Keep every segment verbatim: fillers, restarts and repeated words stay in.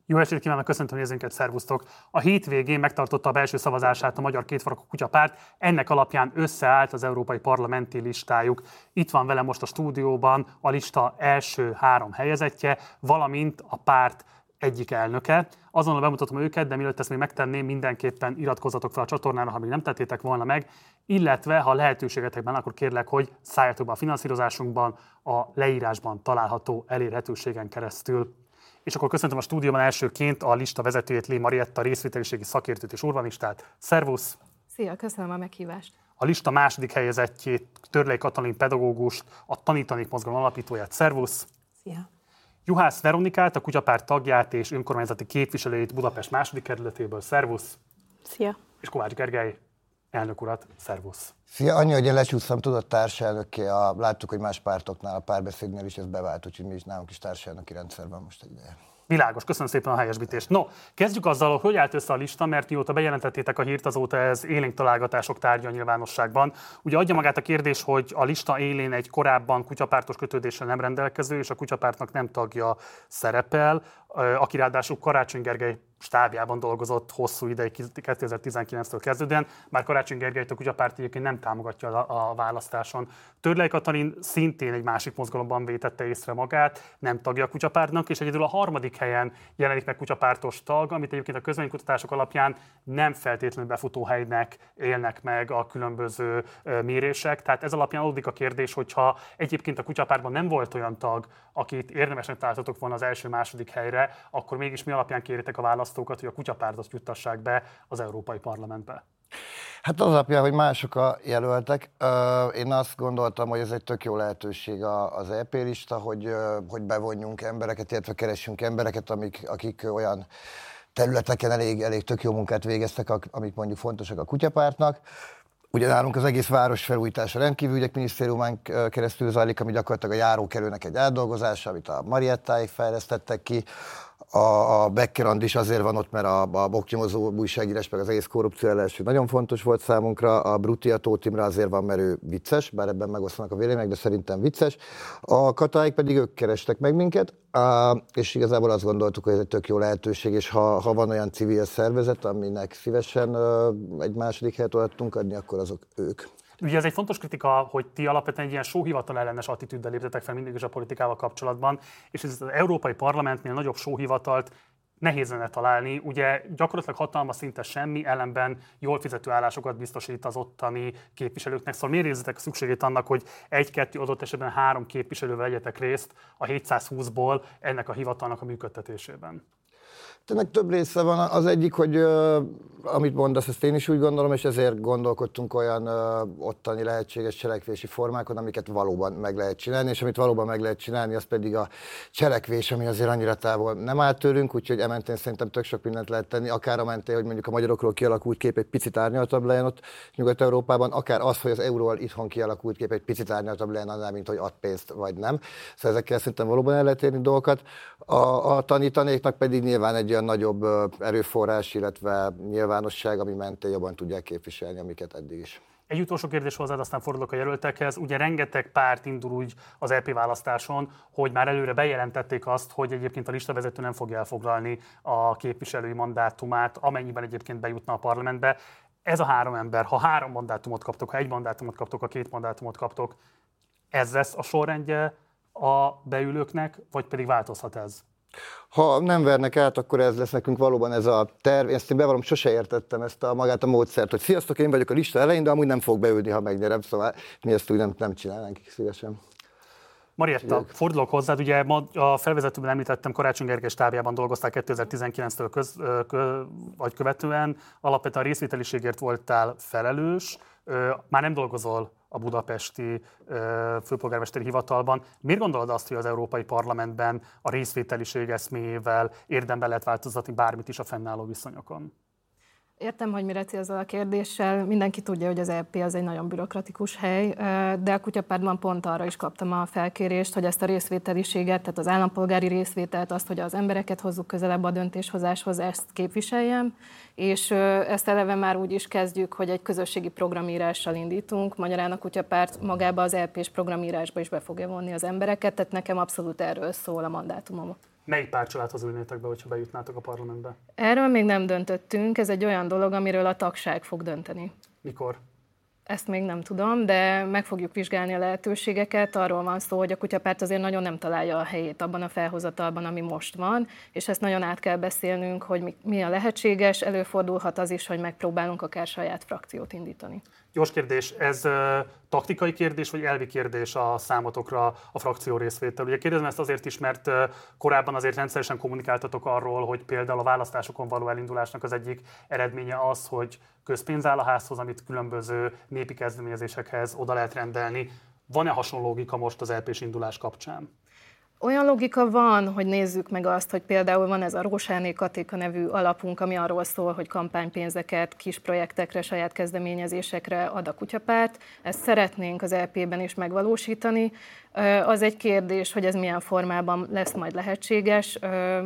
Jó estét kívánok, köszöntöm nézőinket, szervusztok! A hétvégén megtartotta a belső szavazását a Magyar Kétfarkú Kutyapárt, ennek alapján összeállt az európai parlamenti listájuk. Itt van velem most a stúdióban a lista első három helyezettje, valamint a párt egyik elnöke. Azonnal bemutatom őket, de mielőtt ezt még megtenném, mindenképpen iratkozzatok fel a csatornára, ha még nem tettétek volna meg, illetve ha lehetőségetekben, akkor kérlek, hogy szálljatok be a finanszírozásunkban, a leírásban található elérhetőségen keresztül. És akkor köszöntöm a stúdióban elsőként a lista vezetőjét, Lé Marietta, részvételiségi szakértőt és urbanistát. Szervusz! Szia, köszönöm a meghívást! A lista második helyezettjét, Törlei Katalin pedagógust, a Tanítanék Mozgalom alapítóját. Szervusz! Szia! Juhász Veronikát, a Kutyapárt tagját és önkormányzati képviselőjét Budapest második kerületéből. Szervusz! Szia! És Kovács Gergely elnök urat. Szervusz! Szia, annyi, hogy én lecsúsztam, tudod, társelnökké, a, láttuk, hogy más pártoknál, a Párbeszédnél is ez bevált, úgyhogy mi is nálunk is társelnöki rendszer van most egy ideje. Világos, köszönöm szépen a helyesbítést. No, kezdjük azzal, hogy állt össze a lista, mert mióta bejelentettétek a hírt, azóta ez élénk találgatások tárgya a nyilvánosságban. Ugye adja magát a kérdés, hogy a lista élén egy korábban kutyapártos kötődéssel nem rendelkező és a kutyapártnak nem tagja szerepel, aki ráadásul Karácsony Gergely stábjában dolgozott hosszú ideig, kétezer-tizenkilenctől kezdődően, már Karácsony Gergelyt a Kutyapárt egyébként nem támogatja a, a választáson. Törlei Katalin szintén egy másik mozgalomban vétette észre magát, nem tagja a Kutyapártnak, és egyedül a harmadik helyen jelenik meg kutyapártos tag, amit egyébként a közvéleménykutatások alapján nem feltétlenül befutóhelynek élnek meg a különböző mérések. Tehát ez alapján adódik a kérdés, hogyha egyébként a Kutyapártban nem volt olyan tag, akit érdemesnek találtatok volna az első-második helyre, akkor mégis mi alapján kéritek a választókat, hogy a Kutyapártot juttassák be az Európai Parlamentbe? Hát az alapján, hogy mások a jelöltek. Én azt gondoltam, hogy ez egy tök jó lehetőség az é pé lista, hogy, hogy bevonjunk embereket, illetve keressünk embereket, amik, akik olyan területeken elég, elég tök jó munkát végeztek, amik mondjuk fontosak a Kutyapártnak. Ugye nálunk az egész város felújítása rendkívül ügyek minisztériumán keresztül zajlik, ami gyakorlatilag a járókelőnek egy átdolgozása, amit a Mariettáig fejlesztettek ki. A, a Beckerand is azért van ott, mert a, a boknyomozó újságírás, meg az egész korrupció ellenesség nagyon fontos volt számunkra. A Brutti a Tóth Imre azért van, mert ő vicces, bár ebben megosztanak a vélemények, de szerintem vicces. A Katáig pedig ők kerestek meg minket, és igazából azt gondoltuk, hogy ez egy tök jó lehetőség, és ha, ha van olyan civil szervezet, aminek szívesen egy második helyet adtunk adni, akkor azok ők. Ugye ez egy fontos kritika, hogy ti alapvetően egy ilyen sóhivatal ellenes attitűddel léptetek fel mindig is a politikával kapcsolatban, és ez az Európai Parlamentnél nagyobb sóhivatalt nehéz lenne találni. Ugye gyakorlatilag hatalma szinte semmi, ellenben jól fizető állásokat biztosít az ottani képviselőknek. Szóval miért érzitek a szükségét annak, hogy egy-kettő, adott esetben három képviselővel vegyetek részt a hétszázhúszból ennek a hivatalnak a működtetésében? Ennek több része van. Az egyik, hogy uh, amit mondasz, ezt én is úgy gondolom, és ezért gondolkodtunk olyan uh, ottani lehetséges cselekvési formákon, amiket valóban meg lehet csinálni, és amit valóban meg lehet csinálni, az pedig a cselekvés, ami azért annyira távol nem áll tőlünk, úgyhogy ementén szerintem tök sok mindent lehet tenni, akár a mentén, hogy mondjuk a magyarokról kialakult kép egy picit árnyaltabb legyen ott Nyugat-Európában, akár az, hogy az euróval itthon kialakult kép egy picit árnyaltabb legyen annál, mint hogy ad pénzt vagy nem. Szóval ezekkel szerintem valóban el lehet érni dolgokat. A, a tanítanéknak pedig nyilván egy olyan nagyobb erőforrás, illetve nyilvánosság, ami mentén jobban tudják képviselni, amiket eddig is. Egy utolsó kérdés hozzád, aztán fordulok a jelöltekhez. Ugye rengeteg párt indul úgy az é pé választáson, hogy már előre bejelentették azt, hogy egyébként a listavezető nem fogja elfoglalni a képviselői mandátumát, amennyiben egyébként bejutna a parlamentbe. Ez a három ember, ha három mandátumot kaptok, ha egy mandátumot kaptok, ha két mandátumot kaptok, ez lesz a sorrendje a beülőknek, vagy pedig változhat ez? Ha nem vernek át, akkor ez lesz nekünk valóban ez a terv. Én ezt én bevallom, sose értettem ezt a magát a módszert, hogy sziasztok, én vagyok a lista elején, de amúgy nem fog beülni, ha megnyerem, szóval mi ezt úgy nem, nem csinálnánk szívesen. Marietta, fordulok hozzád, ugye ma a felvezetőben említettem, Karácsony Gergely stábjában dolgoztál kétezer-tizenkilenctől köz, kö, vagy követően, alapvetően a részvételiségért voltál felelős, már nem dolgozol a budapesti főpolgármesteri hivatalban. Miért gondolod azt, hogy az Európai Parlamentben a részvételiség eszméjével érdemben lehet változtatni bármit is a fennálló viszonyokon? Értem, hogy mire célzol a kérdéssel. Mindenki tudja, hogy az é pé az egy nagyon bürokratikus hely, de a Kutyapártban pont arra is kaptam a felkérést, hogy ezt a részvételiséget, tehát az állampolgári részvételt, azt, hogy az embereket hozzuk közelebb a döntéshozáshoz, ezt képviseljem, és ezt eleve már úgy is kezdjük, hogy egy közösségi programírással indítunk. Magyarán a Kutyapárt magába az é pés programírásba is be fogja vonni az embereket, tehát nekem abszolút erről szól a mandátumom. Melyik pártcsaládhoz ülnétek be, hogyha bejutnátok a parlamentbe? Erről még nem döntöttünk, ez egy olyan dolog, amiről a tagság fog dönteni. Mikor? Ezt még nem tudom, de meg fogjuk vizsgálni a lehetőségeket. Arról van szó, hogy a kutyapárt azért nagyon nem találja a helyét abban a felhozatalban, ami most van, és ezt nagyon át kell beszélnünk, hogy mi a lehetséges, előfordulhat az is, hogy megpróbálunk akár saját frakciót indítani. Gyors kérdés, ez uh, taktikai kérdés, vagy elvi kérdés a számotokra a frakció részvétel? Ugye kérdezem ezt azért is, mert uh, korábban azért rendszeresen kommunikáltatok arról, hogy például a választásokon való elindulásnak az egyik eredménye az, hogy közpénz áll a házhoz, amit különböző népi kezdeményezésekhez oda lehet rendelni. Van-e hasonló logika most az é pés indulás kapcsán? Olyan logika van, hogy nézzük meg azt, hogy például van ez a Rósáné Katéka nevű alapunk, ami arról szól, hogy kampánypénzeket kis projektekre, saját kezdeményezésekre ad a kutyapárt. Ezt szeretnénk az é pében is megvalósítani. Az egy kérdés, hogy ez milyen formában lesz majd lehetséges.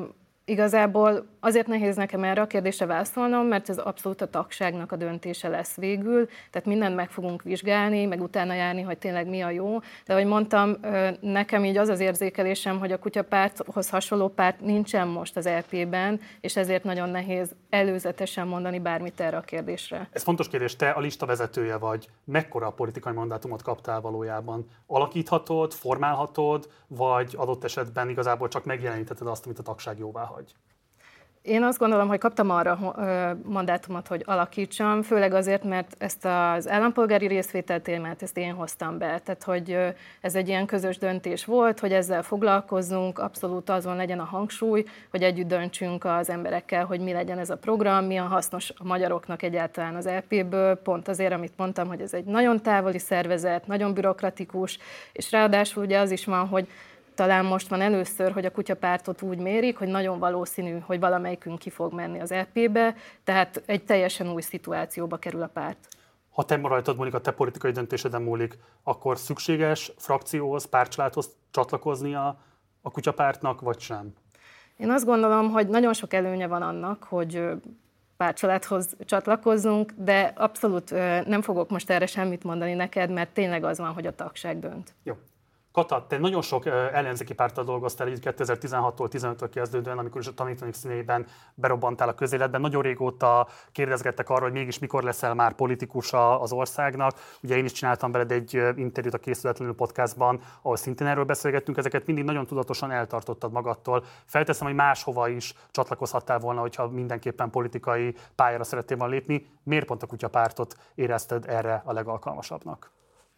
Igazából azért nehéz nekem erre a kérdésre válaszolnom, mert ez abszolút a tagságnak a döntése lesz végül, tehát mindent meg fogunk vizsgálni, meg utána járni, hogy tényleg mi a jó. De ahogy mondtam, nekem így az az érzékelésem, hogy a kutyapárthoz hasonló párt nincsen most az é pében, és ezért nagyon nehéz előzetesen mondani bármit erre a kérdésre. Ez fontos kérdés, te a lista vezetője vagy. Mekkora politikai mandátumot kaptál valójában? Alakíthatod, formálhatod, vagy adott esetben igazából csak megjelenítheted azt, amit a tagság jóvá hagy? Én azt gondolom, hogy kaptam arra mandátumot, hogy alakítsam, főleg azért, mert ezt az állampolgári részvétel témát, ezt én hoztam be. Tehát, hogy ez egy ilyen közös döntés volt, hogy ezzel foglalkozzunk, abszolút azon legyen a hangsúly, hogy együtt döntsünk az emberekkel, hogy mi legyen ez a program, mi a hasznos a magyaroknak egyáltalán az é péből, pont azért, amit mondtam, hogy ez egy nagyon távoli szervezet, nagyon bürokratikus, és ráadásul ugye az is van, hogy talán most van először, hogy a kutyapártot úgy mérik, hogy nagyon valószínű, hogy valamelyikünk ki fog menni az é pébe, tehát egy teljesen új szituációba kerül a párt. Ha te rajtad, mondjuk a te politikai döntéseden múlik, akkor szükséges frakcióhoz, pártcsaládhoz csatlakozni a, a kutyapártnak, vagy sem? Én azt gondolom, hogy nagyon sok előnye van annak, hogy pártcsaládhoz csatlakozzunk, de abszolút nem fogok most erre semmit mondani neked, mert tényleg az van, hogy a tagság dönt. Jó. Kata, te nagyon sok ellenzéki párttal dolgoztál így kétezer-tizenhattól tizenöttől kezdődően, amikor is a tanítónik színeiben berobbantál a közéletben. Nagyon régóta kérdezgettek arról, hogy mégis mikor leszel már politikusa az országnak. Ugye én is csináltam veled egy interjút a Készületlenül podcastban, ahol szintén erről beszélgettünk. Ezeket mindig nagyon tudatosan eltartottad magadtól. Felteszem, hogy máshova is csatlakozhattál volna, hogyha mindenképpen politikai pályára szerettél volna lépni. Miért pont a kutyapártot érezted erre a legalkalmasabbnak?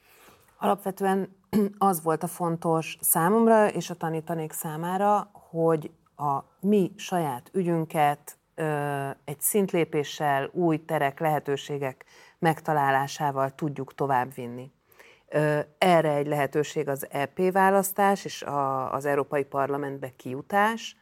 Alapvetően az volt a fontos számomra és a tanítanék számára, hogy a mi saját ügyünket egy szintlépéssel, új terek, lehetőségek megtalálásával tudjuk továbbvinni. Erre egy lehetőség az é pé választás és az Európai Parlamentbe kijutás,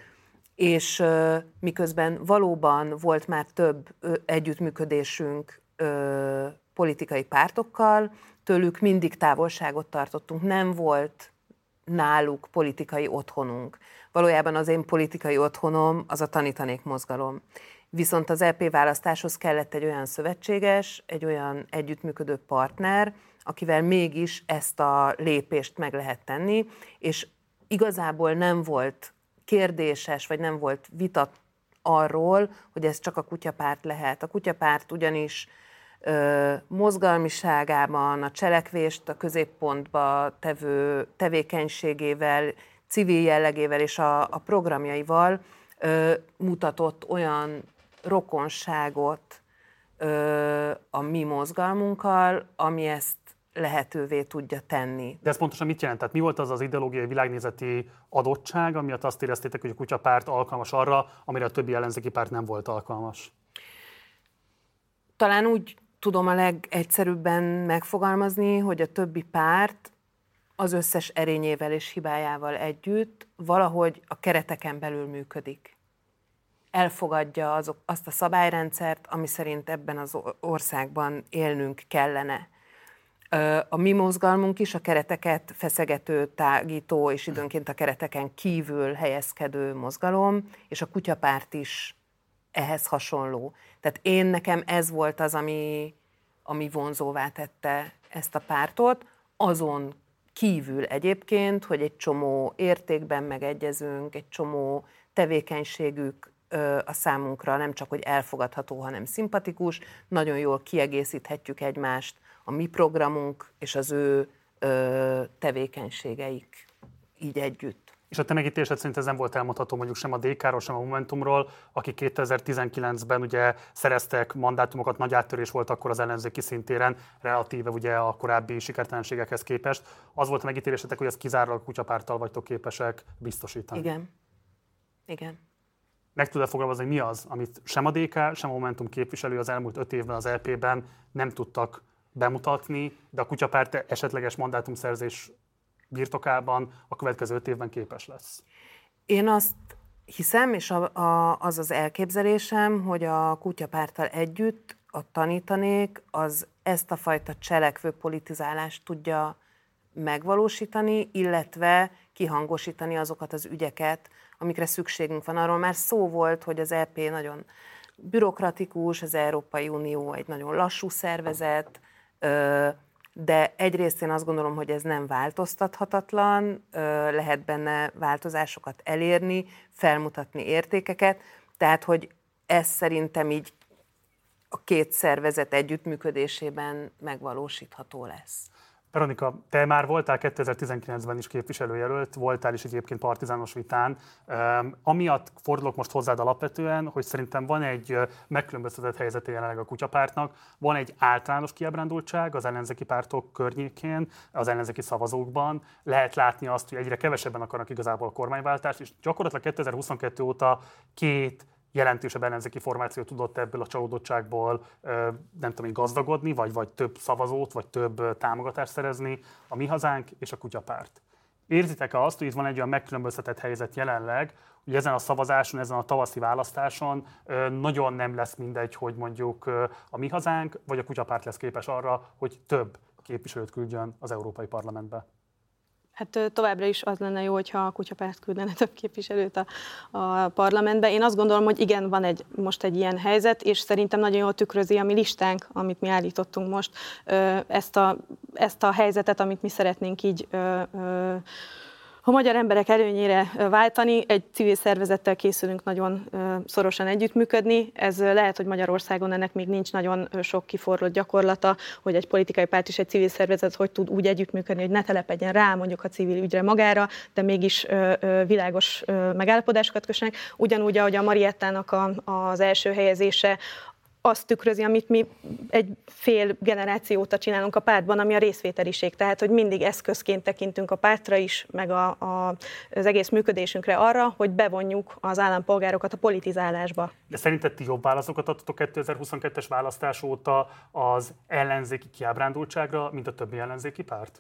és miközben valóban volt már több együttműködésünk politikai pártokkal, tőlük mindig távolságot tartottunk, nem volt náluk politikai otthonunk. Valójában az én politikai otthonom az a tanítanék mozgalom. Viszont az é pé választáshoz kellett egy olyan szövetséges, egy olyan együttműködő partner, akivel mégis ezt a lépést meg lehet tenni, és igazából nem volt kérdéses, vagy nem volt vita arról, hogy ez csak a kutyapárt lehet. A kutyapárt ugyanis ö, mozgalmiságában, a cselekvést a középpontba tevő tevékenységével, civil jellegével és a, a programjaival ö, mutatott olyan rokonságot ö, a mi mozgalmunkkal, ami ezt lehetővé tudja tenni. De ez pontosan mit jelent? Tehát mi volt az az ideológiai világnézeti adottság, amiatt azt éreztétek, hogy a kutyapárt alkalmas arra, amire a többi ellenzéki párt nem volt alkalmas? Talán úgy tudom a legegyszerűbben megfogalmazni, hogy a többi párt az összes erényével és hibájával együtt valahogy a kereteken belül működik. Elfogadja azok, azt a szabályrendszert, ami szerint ebben az országban élnünk kellene. A mi mozgalmunk is a kereteket feszegető, tágító és időnként a kereteken kívül helyezkedő mozgalom, és a kutyapárt is ehhez hasonló. Tehát én nekem ez volt az, ami, ami vonzóvá tette ezt a pártot, azon kívül egyébként, hogy egy csomó értékben megegyezünk, egy csomó tevékenységük a számunkra nem csak, hogy elfogadható, hanem szimpatikus, nagyon jól kiegészíthetjük egymást, a mi programunk és az ő tevékenységeik így együtt. És a te megítélésed szerint ez nem volt elmondható mondjuk sem a dé ká-ról, sem a Momentumról, akik kétezer-tizenkilencben ugye szereztek mandátumokat, nagy áttörés volt akkor az ellenzéki szintéren, relatíve ugye a korábbi sikertelenségekhez képest. Az volt a megítélésetek, hogy ezt kizárólag a Kutyapárttal vagytok képesek biztosítani. Igen. Igen. Meg tudod fogalmazni, hogy mi az, amit sem a dé ká, sem a Momentum képviselő az elmúlt öt évben az el pé-ben nem tudtak bemutatni, de a Kutyapárt esetleges mandátumszerzés birtokában a következő öt évben képes lesz? Én azt hiszem, és a, a, az az elképzelésem, hogy a Kutyapárttal együtt a tanítanék az ezt a fajta cselekvő politizálást tudja megvalósítani, illetve kihangosítani azokat az ügyeket, amikre szükségünk van. Arról már szó volt, hogy az é pé nagyon bürokratikus, az Európai Unió egy nagyon lassú szervezet, de egyrészt én azt gondolom, hogy ez nem változtathatatlan, lehet benne változásokat elérni, felmutatni értékeket, tehát hogy ez szerintem így a két szervezet együttműködésében megvalósítható lesz. Veronika, te már voltál kétezer-tizenkilencben is képviselőjelölt, voltál is egyébként partizános vitán. Amiatt fordulok most hozzád alapvetően, hogy szerintem van egy megkülönböztetett helyzete jelenleg a Kutyapártnak, van egy általános kiábrándultság az ellenzéki pártok környékén, az ellenzéki szavazókban. Lehet látni azt, hogy egyre kevesebben akarnak igazából a kormányváltást, és gyakorlatilag kétezer-huszonkettő óta két jelentősebb ellenzéki formáció tudott ebből a csalódottságból nem tudom, gazdagodni, vagy, vagy több szavazót, vagy több támogatást szerezni, a Mi Hazánk és a Kutyapárt. Érzitek-e azt, hogy itt van egy olyan megkülönböztetett helyzet jelenleg, hogy ezen a szavazáson, ezen a tavaszi választáson nagyon nem lesz mindegy, hogy mondjuk a Mi Hazánk vagy a Kutyapárt lesz képes arra, hogy több képviselőt küldjön az Európai Parlamentbe? Hát továbbra is az lenne jó, hogyha a Kutyapárt küldene több képviselőt a, a parlamentbe. Én azt gondolom, hogy igen, van egy, most egy ilyen helyzet, és szerintem nagyon jól tükrözi a mi listánk, amit mi állítottunk most, ezt a, ezt a helyzetet, amit mi szeretnénk így a magyar emberek előnyére váltani. Egy civil szervezettel készülünk nagyon szorosan együttműködni. Ez lehet, hogy Magyarországon ennek még nincs nagyon sok kiforrott gyakorlata, hogy egy politikai párt és egy civil szervezet hogy tud úgy együttműködni, hogy ne telepedjen rá mondjuk a civil ügyre magára, de mégis világos megállapodásokat kössenek. Ugyanúgy, ahogy a Mariettának a, az első helyezése azt tükrözi, amit mi egy fél generáció óta csinálunk a pártban, ami a részvételiség. Tehát, hogy mindig eszközként tekintünk a pártra is, meg a, a, az egész működésünkre arra, hogy bevonjuk az állampolgárokat a politizálásba. De szerinted ti jobb válaszokat adtatok kétezer-huszonkettes választás óta az ellenzéki kiábrándultságra, mint a többi ellenzéki párt?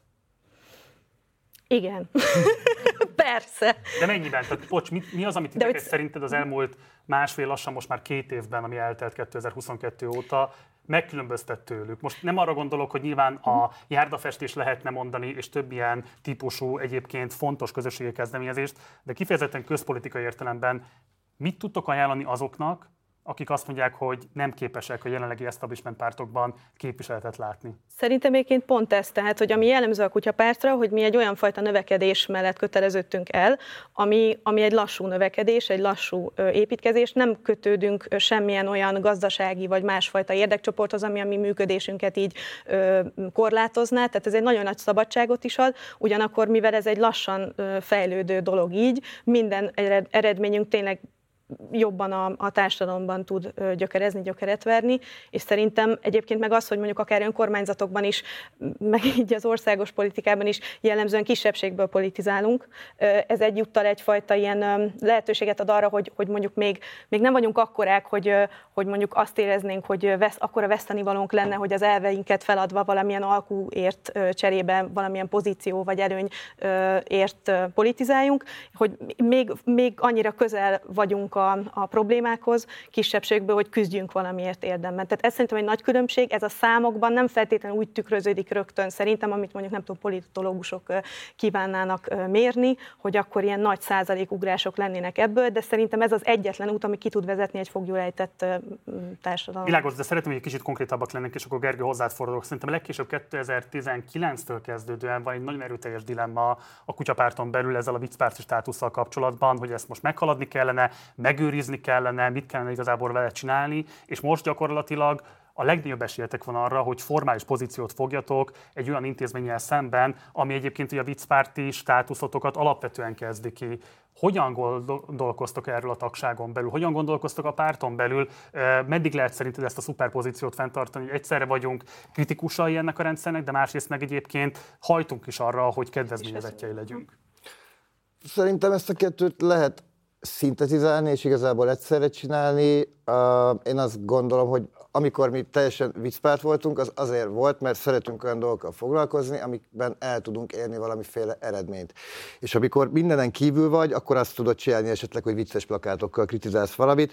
Igen. Persze. De mennyiben? Tehát, bocs, mi, mi az, amit titeket hogy... szerinted az elmúlt másfél, lassan most már két évben, ami eltelt kétezer-huszonkettő óta, megkülönböztet tőlük? Most nem arra gondolok, hogy nyilván a járdafestés lehetne mondani, és több ilyen típusú, egyébként fontos közösségi kezdeményezést, de kifejezetten közpolitikai értelemben mit tudtok ajánlani azoknak, akik azt mondják, hogy nem képesek a jelenlegi establishment pártokban képviseletet látni? Szerintem egyébként pont ez, tehát, hogy ami jellemző a Kutyapártra, hogy mi egy olyan fajta növekedés mellett köteleződtünk el, ami, ami egy lassú növekedés, egy lassú ö, építkezés, nem kötődünk ö, semmilyen olyan gazdasági vagy másfajta érdekcsoporthoz, ami a mi működésünket így ö, korlátozná, tehát ez egy nagyon nagy szabadságot is ad, ugyanakkor mivel ez egy lassan ö, fejlődő dolog így, minden eredményünk tényleg jobban a, a társadalomban tud gyökerezni, gyökeret verni, és szerintem egyébként meg az, hogy mondjuk akár önkormányzatokban is, meg így az országos politikában is jellemzően kisebbségből politizálunk. Ez egyúttal egyfajta ilyen lehetőséget ad arra, hogy, hogy mondjuk még, még nem vagyunk akkorák, hogy, hogy mondjuk azt éreznénk, hogy vesz, akkora vesztenivalónk lenne, hogy az elveinket feladva valamilyen alkuért cserébe, valamilyen pozíció vagy előnyért politizáljunk, hogy még, még annyira közel vagyunk a, a problémákhoz, kisebbségből, hogy küzdjünk valamiért érdemben. Tehát ez szerintem egy nagy különbség, ez a számokban nem feltétlenül úgy tükröződik rögtön szerintem, amit mondjuk nem tudom, politológusok kívánnának mérni, hogy akkor ilyen nagy százalékugrások lennének ebből, de szerintem ez az egyetlen út, ami ki tud vezetni egy foglyulejtett társadalom. Világos, de szeretném, hogy egy kicsit konkrétabbak lennénk, és akkor Gergő hozzád fordulok. Szerintem a legkésőbb kétezer-tizenkilenctől kezdődően van egy nagyon erőteljes dilemma a kutyapárton belül ezzel a viccpárti státusszal kapcsolatban, hogy ezt most meghaladni kellene, megőrizni kellene, mit kellene igazából vele csinálni, és most gyakorlatilag a legnagyobb esélyetek van arra, hogy formális pozíciót fogjatok egy olyan intézménnyel szemben, ami egyébként ugye a viccpárti státuszotokat alapvetően kezdi ki. Hogyan gondolkoztok erről a tagságon belül? Hogyan gondolkoztok a párton belül? Meddig lehet szerinted ezt a szuperpozíciót fenntartani, hogy egyszerre vagyunk kritikusai ennek a rendszernek, de másrészt meg egyébként hajtunk is arra, hogy kedvezményezettjei legyünk? Szerintem ezt a kettőt lehet szintetizálni, és igazából egyszerre csinálni. Én azt gondolom, hogy amikor mi teljesen viccpárt voltunk, az azért volt, mert szeretünk olyan dolgokkal foglalkozni, amikben el tudunk érni valamiféle eredményt. És amikor mindenen kívül vagy, akkor azt tudod csinálni esetleg, hogy vicces plakátokkal kritizálsz valamit,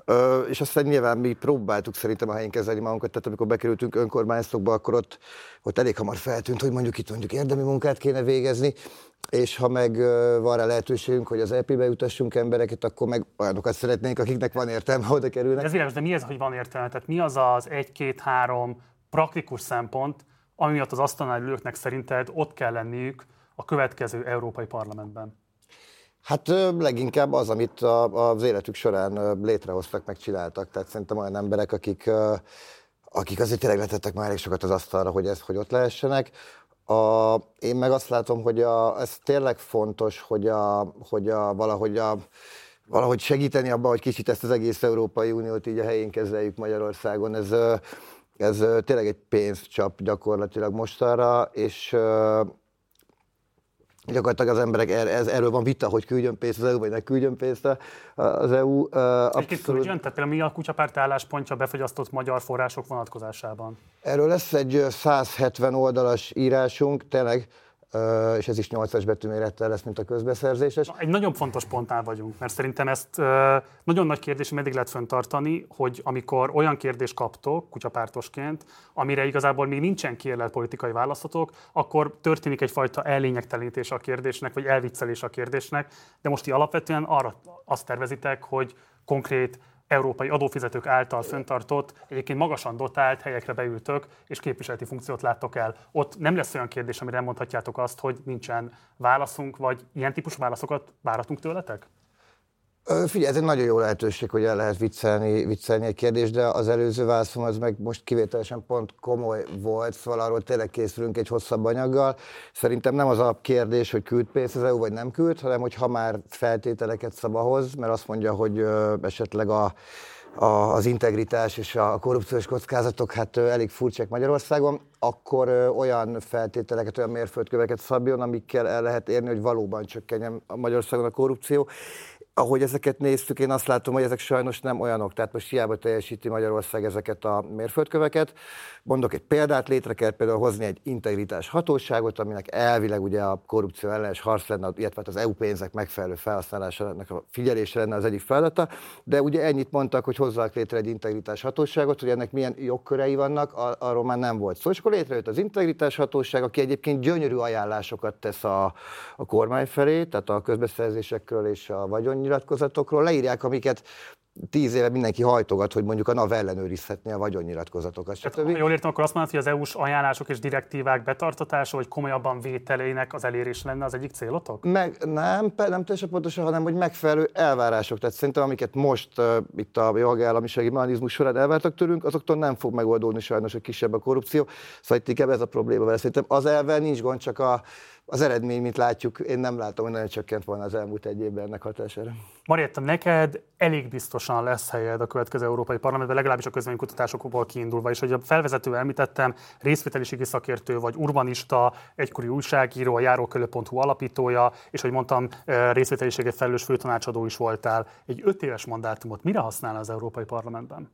és aztán nyilván mi próbáltuk szerintem a helyén kezelni magunkat, tehát amikor bekerültünk önkormányzatokba, akkor ott, ott elég hamar feltűnt, hogy mondjuk itt mondjuk érdemi munkát kéne végezni, és ha meg van rá lehetőségünk, hogy az é pébe jutassunk embereket, akkor meg olyanokat szeretnénk, akiknek van értelme, oda kerülnek. Ez világos, de mi ez, hogy van értelme? Tehát mi az az egy-két-három praktikus szempont, ami miatt az asztalnál ülőknek szerinted ott kell lenniük a következő Európai Parlamentben? Hát leginkább az, amit az életük során létrehoztak, megcsináltak. Tehát szerintem olyan emberek, akik, akik azért tényleg letettek már elég sokat az asztalra, hogy, ez, hogy ott lehessenek. A, én meg azt látom, hogy a, ez tényleg fontos, hogy, a, hogy a, valahogy, a, valahogy segíteni abban, hogy kicsit ezt az egész Európai Uniót így a helyén kezeljük Magyarországon. Ez, ez tényleg egy pénzcsap gyakorlatilag mostanra, és gyakorlatilag az emberek, er, ez, erről van vita, hogy küldjön pénzt az é u, vagy ne küldjön pénzt az é u. Egy-két küldjön? Tehát például mi a kutyapárt álláspontja befagyasztott magyar források vonatkozásában? Erről lesz egy száz hetven oldalas írásunk, tényleg, és ez is nyolcas betűmérettel lesz, mint a közbeszerzéses. Na, egy nagyon fontos pontnál vagyunk, mert szerintem ezt nagyon nagy kérdés, meddig lehet fenntartani, hogy amikor olyan kérdést kaptok kutyapártosként, amire igazából még nincsen kiérlelt politikai válaszotok, akkor történik egyfajta ellényegtelenítés a kérdésnek, vagy elviccelés a kérdésnek, de most ti alapvetően arra azt tervezitek, hogy konkrét európai adófizetők által fenntartott, egyébként magasan dotált helyekre beültök, és képviseleti funkciót láttok el. Ott nem lesz olyan kérdés, amire nem mondhatjátok azt, hogy nincsen válaszunk, vagy ilyen típusú válaszokat várhatunk tőletek? Figyelj, ez egy nagyon jó lehetőség, hogy el lehet viccelni, viccelni egy kérdést, de az előző válaszom az meg most kivételesen pont komoly volt, szóval arról tényleg készülünk egy hosszabb anyaggal. Szerintem nem az a kérdés, hogy küld pénzt az é u, vagy nem küld, hanem hogy ha már feltételeket szab ahhoz, mert azt mondja, hogy ö, esetleg a, a, az integritás és a korrupciós kockázatok hát ö, elég furcsák Magyarországon, akkor ö, olyan feltételeket, olyan mérföldköveket szabjon, amikkel el lehet érni, hogy valóban csökkenjen a Magyarországon a korrupció. Ahogy ezeket néztük, én azt látom, hogy ezek sajnos nem olyanok, tehát most hiába teljesíti Magyarország ezeket a mérföldköveket. Mondok egy példát, létre kell például hozni egy integritás hatóságot, aminek elvileg ugye a korrupció ellenes harc lenne, illetve az é u pénzek megfelelő felhasználásának a figyelése lenne az egyik feladata, de ugye ennyit mondtak, hogy hozzák létre egy integritás hatóságot, hogy ennek milyen jogkörei vannak, arról már nem volt szó. És akkor létrejött az integritás hatóság, aki egyébként gyönyörű ajánlásokat tesz a, a kormány felé, tehát a közbeszerzésekről és a vagyonnyilatkozatokról, leírják, amiket tíz éve mindenki hajtogat, hogy mondjuk a NAV ellenőrizhetné a vagyonnyilatkozatokat. Tehát, ha jól értem, akkor azt mondod, hogy az é u-s ajánlások és direktívák betartatása, vagy komolyabban vételének az elérés lenne az egyik célotok? Meg, nem, nem teljesen pontosan, hanem hogy megfelelő elvárások. Tehát szerintem, amiket most uh, itt a jogállamisági mechanizmus során elvártak tőlünk, azoktól nem fog megoldódni sajnos, hogy kisebb a korrupció. Szóval itt inkább ez a probléma vele. Szerintem az elvel nincs gond, csak a Az eredmény, mint látjuk, én nem látom, hogy nagyon csökkent volna az elmúlt egy évben ennek hatására. Marietta, neked elég biztosan lesz helyed a következő Európai Parlamentben, legalábbis a közvéleménykutatásokból kiindulva, és hogy a felvezető említettem, részvételiségi szakértő vagy urbanista, egykori újságíró, a járókelő pont hu alapítója, és hogy mondtam, részvételiséget felelős főtanácsadó is voltál. Egy öt éves mandátumot mire használ az Európai Parlamentben?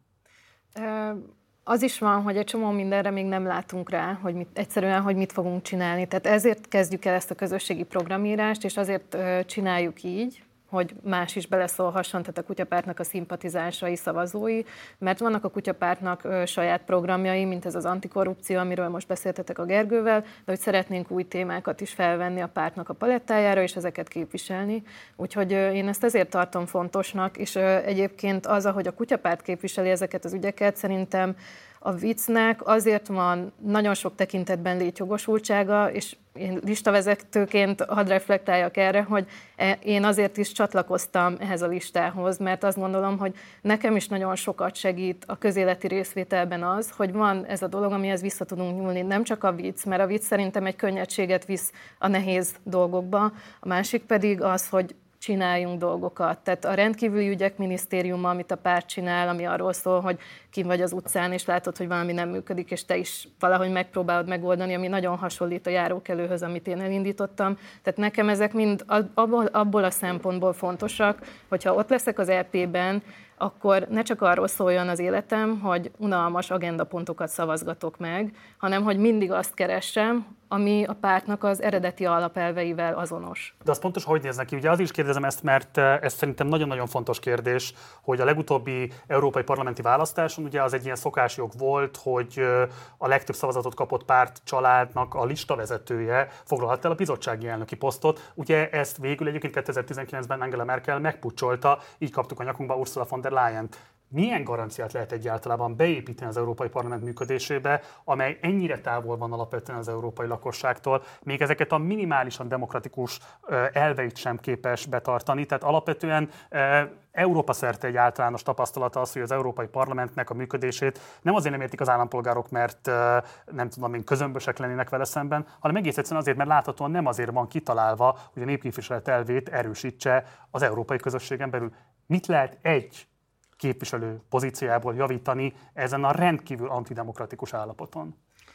Az is van, hogy egy csomó mindenre még nem látunk rá, hogy mit, egyszerűen, hogy mit fogunk csinálni. Tehát ezért kezdjük el ezt a közösségi programírást, és azért csináljuk így, hogy más is beleszólhasson, tehát a kutyapártnak a szimpatizánsai, szavazói, mert vannak a kutyapártnak ö, saját programjai, mint ez az antikorrupció, amiről most beszéltetek a Gergővel, de hogy szeretnénk új témákat is felvenni a pártnak a palettájára, és ezeket képviselni. Úgyhogy ö, én ezt ezért tartom fontosnak, és ö, egyébként az, ahogy a kutyapárt képviseli ezeket az ügyeket, szerintem a viccnek azért van nagyon sok tekintetben létjogosultsága, és én listavezetőként hadd reflektáljak erre, hogy én azért is csatlakoztam ehhez a listához, mert azt gondolom, hogy nekem is nagyon sokat segít a közéleti részvételben az, hogy van ez a dolog, amihez vissza tudunk nyúlni. Nem csak a vicc, mert a vicc szerintem egy könnyedséget visz a nehéz dolgokba, a másik pedig az, hogy csináljunk dolgokat. Tehát a rendkívüli ügyek minisztériuma, amit a párt csinál, ami arról szól, hogy kim vagy az utcán, és látod, hogy valami nem működik, és te is valahogy megpróbálod megoldani, ami nagyon hasonlít a járókelőhöz, amit én elindítottam. Tehát nekem ezek mind abból, abból a szempontból fontosak, hogyha ott leszek az é pében, akkor ne csak arról szóljon az életem, hogy unalmas agendapontokat szavazgatok meg, hanem hogy mindig azt keressem, ami a pártnak az eredeti alapelveivel azonos. De az pontos, hogy néznek ki? Ugye az is kérdezem ezt, mert ez szerintem nagyon-nagyon fontos kérdés, hogy a legutóbbi európai parlamenti választáson ugye az egy ilyen szokásjog volt, hogy a legtöbb szavazatot kapott párt családnak a listavezetője foglalhatta el a bizottsági elnöki posztot. Ugye ezt végül egyébként kétezer-tizenkilencben Angela Merkel megpucsolta, így kaptuk a nyakunkba Ursula von der Leyent. Milyen garanciát lehet egyáltalán beépíteni az Európai Parlament működésébe, amely ennyire távol van alapvetően az európai lakosságtól, még ezeket a minimálisan demokratikus elveit sem képes betartani. Tehát alapvetően Európa szerte egy általános tapasztalata az, hogy az Európai Parlamentnek a működését nem azért nem értik az állampolgárok, mert nem tudom én, közömbösek lennének vele szemben, hanem egész egyszerűen azért, mert láthatóan nem azért van kitalálva, hogy a népképviselet elvét erősítse az európai közösségen belül. Mit lehet egy képviselő pozíciójából javítani ezen a rendkívül antidemokratikus állapoton?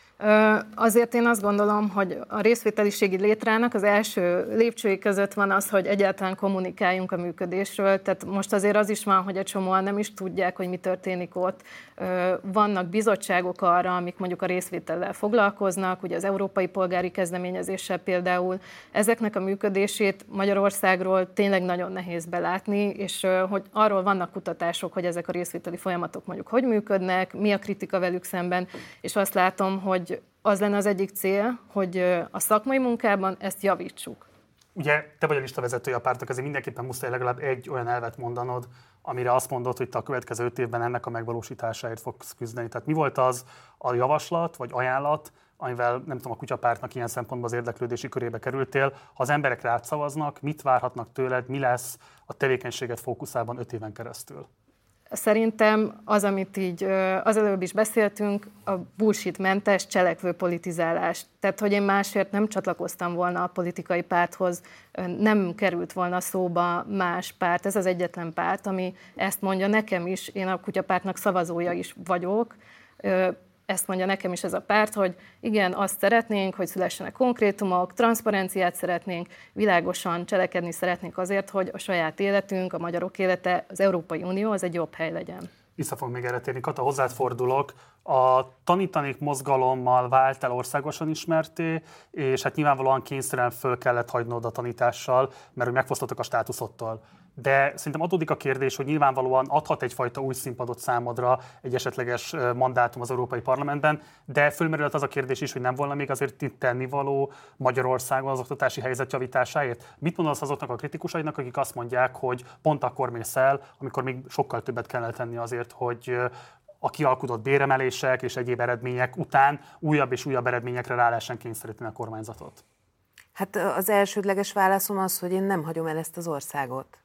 Azért én azt gondolom, hogy a részvételiségi létrának az első lépcsői között van az, hogy egyáltalán kommunikáljunk a működésről. Tehát most azért az is van, hogy egy csomóan nem is tudják, hogy mi történik ott. Vannak bizottságok arra, amik mondjuk a részvétellel foglalkoznak, ugye az Európai Polgári Kezdeményezéssel például. Ezeknek a működését Magyarországról tényleg nagyon nehéz belátni, és hogy arról vannak kutatások, hogy ezek a részvételi folyamatok mondjuk hogy működnek, mi a kritika velük szemben, és azt látom, hogy az lenne az egyik cél, hogy a szakmai munkában ezt javítsuk. Ugye te vagy a listavezetője a pártnak, ezért mindenképpen muszáj legalább egy olyan elvet mondanod, amire azt mondod, hogy te a következő öt évben ennek a megvalósításáért fogsz küzdeni. Tehát mi volt az a javaslat vagy ajánlat, amivel nem tudom, a kutyapártnak ilyen szempontból az érdeklődési körébe kerültél, ha az emberek rád szavaznak, mit várhatnak tőled, mi lesz a tevékenységet fókuszában öt éven keresztül? Szerintem az, amit így az előbb is beszéltünk, a bullshit-mentes cselekvő politizálás. Tehát, hogy én másért nem csatlakoztam volna a politikai párthoz, nem került volna szóba más párt. Ez az egyetlen párt, ami ezt mondja nekem is, én a kutyapártnak szavazója is vagyok, ezt mondja nekem is ez a párt, hogy igen, azt szeretnénk, hogy szülessenek konkrétumok, transzparenciát szeretnénk, világosan cselekedni szeretnénk azért, hogy a saját életünk, a magyarok élete, az Európai Unió az egy jobb hely legyen. Vissza fogunk még erre térni. Kata, hozzád fordulok. A tanítanék mozgalommal vált el országosan ismerté, és hát nyilvánvalóan kényszerűen föl kellett hagynod a tanítással, mert hogy megfosztottak a státuszodtól. De szerintem adódik a kérdés, hogy nyilvánvalóan adhat egyfajta új színpadot számodra egy esetleges mandátum az Európai Parlamentben, de fölmerülhet az a kérdés is, hogy nem volna még azért itt tennivaló Magyarországon az oktatási helyzet javításáért. Mit mondasz azoknak a kritikusaidnak, akik azt mondják, hogy pont akkor mész el, amikor még sokkal többet kellene tenni azért, hogy a kialkudott béremelések és egyéb eredmények után újabb és újabb eredményekre rá lehessen kényszeríteni a kormányzatot? Hát az elsődleges válaszom az, hogy én nem hagyom el ezt az országot.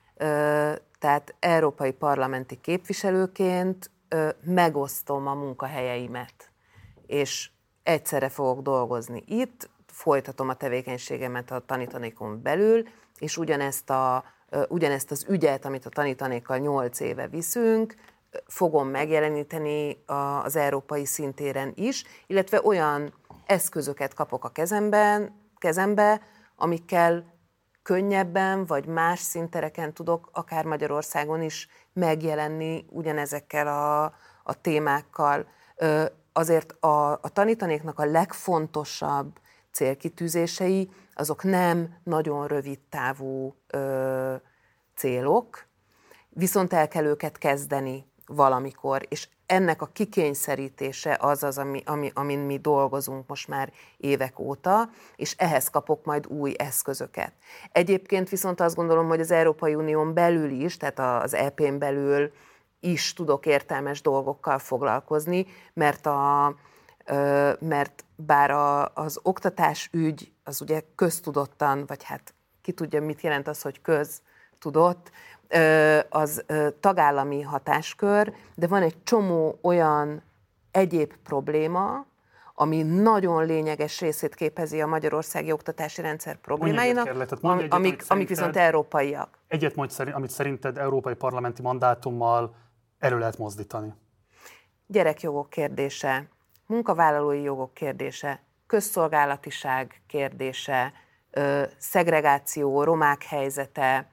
Tehát európai parlamenti képviselőként megosztom a munkahelyeimet, és egyszerre fogok dolgozni itt, folytatom a tevékenységemet a tanítanékon belül, és ugyanezt, a, ugyanezt az ügyet, amit a tanítanékkal nyolc éve viszünk, fogom megjeleníteni az európai szintéren is, illetve olyan eszközöket kapok a kezemben, kezembe, amikkel könnyebben vagy más szintereken tudok akár Magyarországon is megjelenni ugyanezekkel a, a témákkal. Azért a, a tanítanéknak a legfontosabb célkitűzései azok nem nagyon rövid távú ö, célok, viszont el kell őket kezdeni valamikor, és ennek a kikényszerítése az az, ami, ami, amin mi dolgozunk most már évek óta, és ehhez kapok majd új eszközöket. Egyébként viszont azt gondolom, hogy az Európai Unión belül is, tehát az é pén belül is tudok értelmes dolgokkal foglalkozni, mert, a, mert bár a, az oktatásügy az ugye köztudottan, vagy hát ki tudja, mit jelent az, hogy köztudott, az tagállami hatáskör, de van egy csomó olyan egyéb probléma, ami nagyon lényeges részét képezi a magyarországi oktatási rendszer problémáinak, egyet, amik, amik, amik viszont európaiak. Egyet mondj, amit szerinted európai parlamenti mandátummal elő lehet mozdítani. Gyerekjogok kérdése, munkavállalói jogok kérdése, közszolgálatiság kérdése, szegregáció, romák helyzete,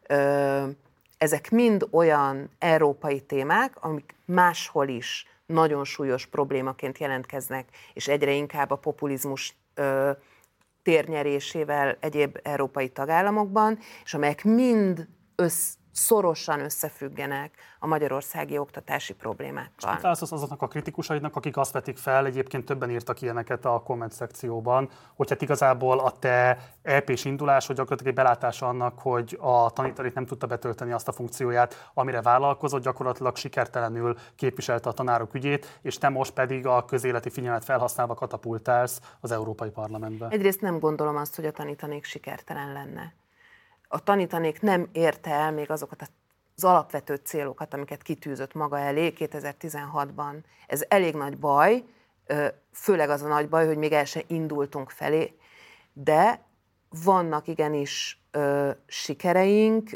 ezek mind olyan európai témák, amik máshol is nagyon súlyos problémaként jelentkeznek, és egyre inkább a populizmus ö, térnyerésével egyéb európai tagállamokban, és amelyek mind össz, szorosan összefüggenek a magyarországi oktatási problémákkal. Mit válaszolsz azoknak a kritikusaidnak, akik azt vetik fel, egyébként többen írtak ilyeneket a komment szekcióban, hogy hát igazából a te é pés indulásod gyakorlatilag egy belátása annak, hogy a tanítanét nem tudta betölteni azt a funkcióját, amire vállalkozott, gyakorlatilag sikertelenül képviselte a tanárok ügyét, és te most pedig a közéleti figyelmet felhasználva katapultálsz az Európai Parlamentbe. Egyrészt nem gondolom azt, hogy a tanítanék sikertelen lenne. A tanítanék nem érte el még azokat az alapvető célokat, amiket kitűzött maga elé kétezer-tizenhatban. Ez elég nagy baj, főleg az a nagy baj, hogy még el se indultunk felé, de vannak igenis sikereink,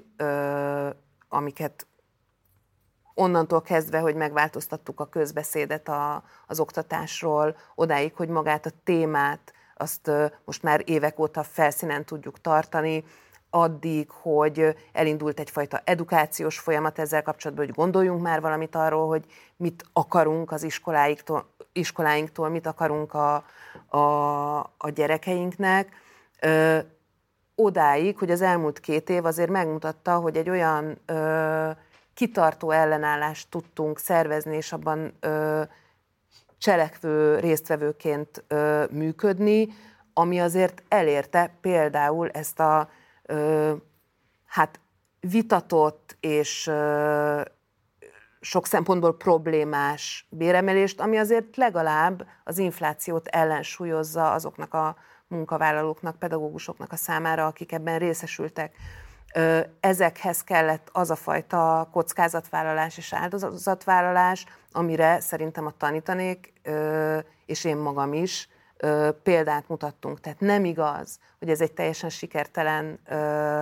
amiket onnantól kezdve, hogy megváltoztattuk a közbeszédet a, az oktatásról, odáig, hogy magát a témát, azt most már évek óta felszínen tudjuk tartani, addig, hogy elindult egyfajta edukációs folyamat ezzel kapcsolatban, hogy gondoljunk már valamit arról, hogy mit akarunk az iskoláinktól, iskoláinktól mit akarunk a, a, a gyerekeinknek. Ö, odáig, hogy az elmúlt két év azért megmutatta, hogy egy olyan ö, kitartó ellenállást tudtunk szervezni, és abban ö, cselekvő résztvevőként ö, működni, ami azért elérte például ezt a Ö, hát vitatott és ö, sok szempontból problémás béremelést, ami azért legalább az inflációt ellensúlyozza azoknak a munkavállalóknak, pedagógusoknak a számára, akik ebben részesültek. Ö, ezekhez kellett az a fajta kockázatvállalás és áldozatvállalás, amire szerintem a tanítanék, ö, és én magam is, Ö, példát mutattunk. Tehát nem igaz, hogy ez egy teljesen sikertelen ö,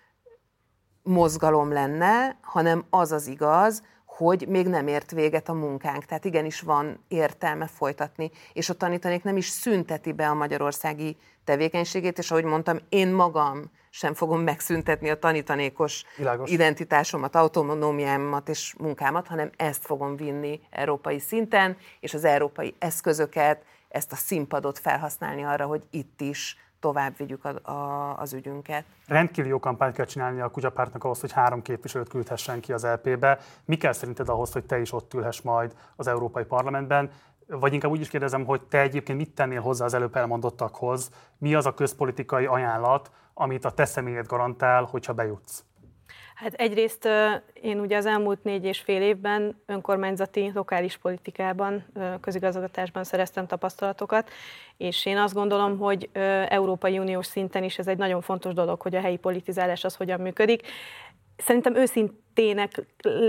mozgalom lenne, hanem az az igaz, hogy még nem ért véget a munkánk. Tehát igenis van értelme folytatni, és a tanítanék nem is szünteti be a magyarországi tevékenységét, és ahogy mondtam, én magam sem fogom megszüntetni a tanítanékos Világos. identitásomat, autonómiámat és munkámat, hanem ezt fogom vinni európai szinten, és az európai eszközöket, ezt a színpadot felhasználni arra, hogy itt is tovább vigyük a, a, az ügyünket. Rendkívül jó kampányt kell csinálni a Kutyapártnak ahhoz, hogy három képviselőt küldhessen ki az é pébe. Mi kell szerinted ahhoz, hogy te is ott ülhess majd az Európai Parlamentben? Vagy inkább úgy is kérdezem, hogy te egyébként mit tennél hozzá az előbb elmondottakhoz? Mi az a közpolitikai ajánlat, amit a te személyed garantál, hogyha bejutsz? Hát egyrészt én ugye az elmúlt négy és fél évben önkormányzati, lokális politikában, közigazgatásban szereztem tapasztalatokat, és én azt gondolom, hogy Európai Uniós szinten is ez egy nagyon fontos dolog, hogy a helyi politizálás az hogyan működik. Szerintem őszintének,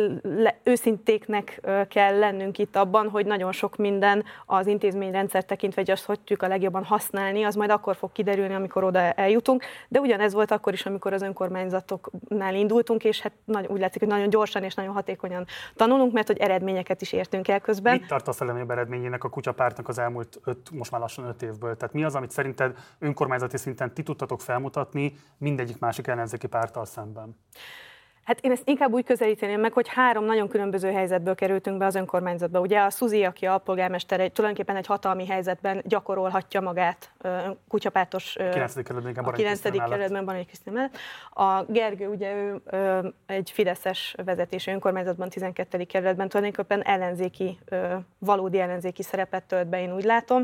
őszintéknek kell lennünk itt abban, hogy nagyon sok minden az intézményrendszer tekintve, hogy azt hogy tudjuk a legjobban használni, az majd akkor fog kiderülni, amikor oda eljutunk, de ugyanez volt akkor is, amikor az önkormányzatoknál indultunk, és hát úgy látszik, hogy nagyon gyorsan és nagyon hatékonyan tanulunk, mert hogy eredményeket is értünk el közben. Mit tartasz a legnagyobb eredményének a Kutyapártnak az elmúlt öt, most már lassan öt évből? Tehát mi az, amit szerinted önkormányzati szinten ti tudtatok felmutatni mindegyik másik ellenzéki párttal szemben? Hát én ezt inkább úgy közelíteném meg, hogy három nagyon különböző helyzetből kerültünk be az önkormányzatba. Ugye a Szuzi, aki a polgármester, egy, tulajdonképpen egy hatalmi helyzetben gyakorolhatja magát kutyapártos... A kilencedik kerületben a kilencedik kerületben Baranyi Krisztina mellett. A Gergő, ugye ő egy fideszes vezetésű önkormányzatban, tizenkettedik kerületben tulajdonképpen ellenzéki, valódi ellenzéki szerepet tölt be, én úgy látom.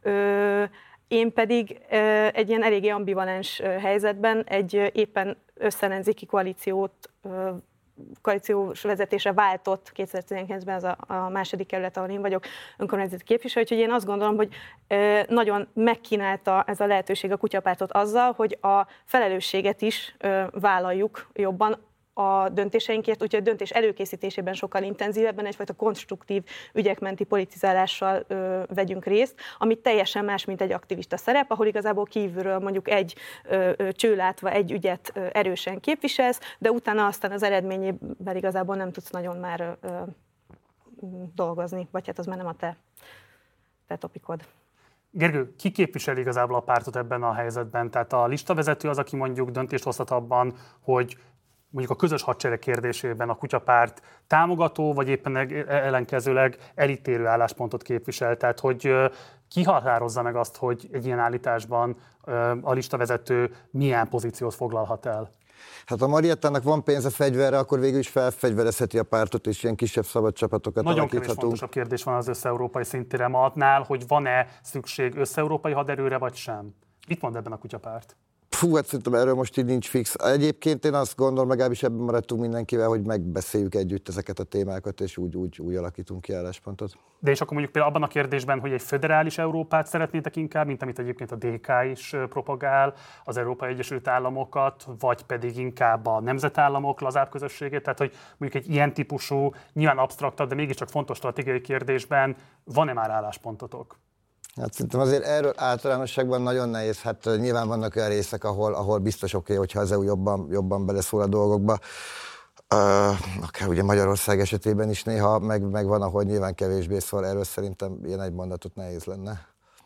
Én pedig egy ilyen eléggé ambivalens helyzetben egy éppen összellenzéki koalíciót, koalíciós vezetése váltott kétezer-tizenkilencben, az a, a második kerület, ahol én vagyok önkormányzati képviselő, úgyhogy én azt gondolom, hogy nagyon megkínálta ez a lehetőség a kutyapártot azzal, hogy a felelősséget is vállaljuk jobban a döntéseinkért, úgyhogy a döntés előkészítésében sokkal intenzívebben egyfajta konstruktív ügyekmenti politizálással ö, vegyünk részt, ami teljesen más, mint egy aktivista szerep, ahol igazából kívülről mondjuk egy ö, ö, csőlátva egy ügyet ö, erősen képviselsz, de utána aztán az eredményében igazából nem tudsz nagyon már ö, ö, dolgozni, vagy hát az már nem a te, te topikod. Gergő, ki képviseli igazából a pártot ebben a helyzetben? Tehát a listavezető az, aki mondjuk döntést hozhat abban, hogy mondjuk a közös hadsereg kérdésében a kutyapárt támogató, vagy éppen ellenkezőleg elítélő álláspontot képvisel. Tehát, hogy ki határozza meg azt, hogy egy ilyen állításban a listavezető milyen pozíciót foglalhat el? Hát ha Mariettának van pénze fegyverre, akkor végül is felfegyverezheti a pártot, és ilyen kisebb szabad csapatokat nagyon alakíthatunk. Nagyon kevés fontosabb kérdés van az összeurópai szintire matnál, hogy van-e szükség összeurópai haderőre, vagy sem? Mit mond ebben a kutyapárt? Fú, hát szerintem erről most így nincs fix. Egyébként én azt gondolom, legalábbis ebben maradtunk mindenkivel, hogy megbeszéljük együtt ezeket a témákat, és úgy, úgy, úgy alakítunk ki álláspontot. De és akkor mondjuk például abban a kérdésben, hogy egy föderális Európát szeretnétek inkább, mint amit egyébként a dé ká is propagál, az Európai Egyesült Államokat, vagy pedig inkább a nemzetállamok lazább közösségét, tehát hogy mondjuk egy ilyen típusú, nyilván absztraktabb, de mégiscsak fontos stratégiai kérdésben van-e már álláspontotok? Hát szerintem azért erről általánosságban nagyon nehéz, hát nyilván vannak olyan részek, ahol, ahol biztos oké, okay, hogyha az é u jobban, jobban beleszól a dolgokba. Uh, akár ugye Magyarország esetében is néha, meg, meg van, ahol nyilván kevésbé szól, erről szerintem ilyen egy mondatot nehéz lenne.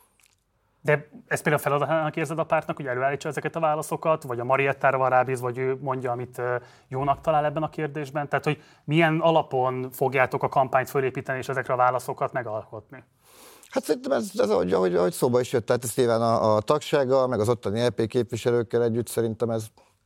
De ez például feladatának érzed a pártnak, hogy előállítsa ezeket a válaszokat, vagy a Mariettára van rábízva, vagy ő mondja, amit jónak talál ebben a kérdésben? Tehát, hogy milyen alapon fogjátok a kampányt fölépíteni és ezekre a válaszokat megalkotni? Hát szerintem ez, ez ahogy, ahogy, ahogy szóba is jött, tehát ez nyilván a, a tagsággal, meg az ottani é pé képviselőkkel együtt szerintem ez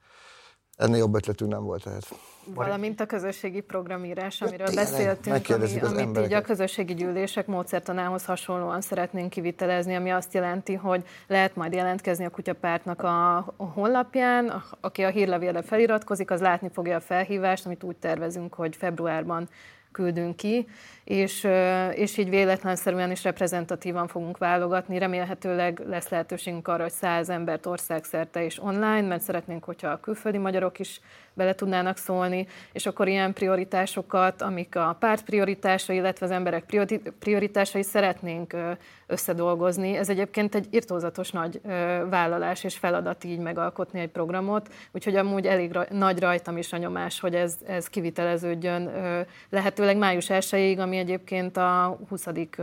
ennél jobb ötletünk nem volt ehhez. Valamint a közösségi programírás, amiről Tényleg, beszéltünk, ami, amit embereket. így a közösségi gyűlések módszertanához hasonlóan szeretnénk kivitelezni, ami azt jelenti, hogy lehet majd jelentkezni a kutyapártnak a, a honlapján, aki a hírlevélre feliratkozik, az látni fogja a felhívást, amit úgy tervezünk, hogy februárban küldünk ki, és, és így véletlenszerűen és reprezentatívan fogunk válogatni. Remélhetőleg lesz lehetőségünk arra, hogy száz embert országszerte és online, mert szeretnénk, hogyha a külföldi magyarok is bele tudnának szólni, és akkor ilyen prioritásokat, amik a párt prioritásai, illetve az emberek prioritásai szeretnénk összedolgozni. Ez egyébként egy irtózatos nagy vállalás és feladat így megalkotni egy programot, úgyhogy amúgy elég nagy rajtam is a nyomás, hogy ez, ez kiviteleződjön lehetőleg május elsejéig, ami egyébként a huszadik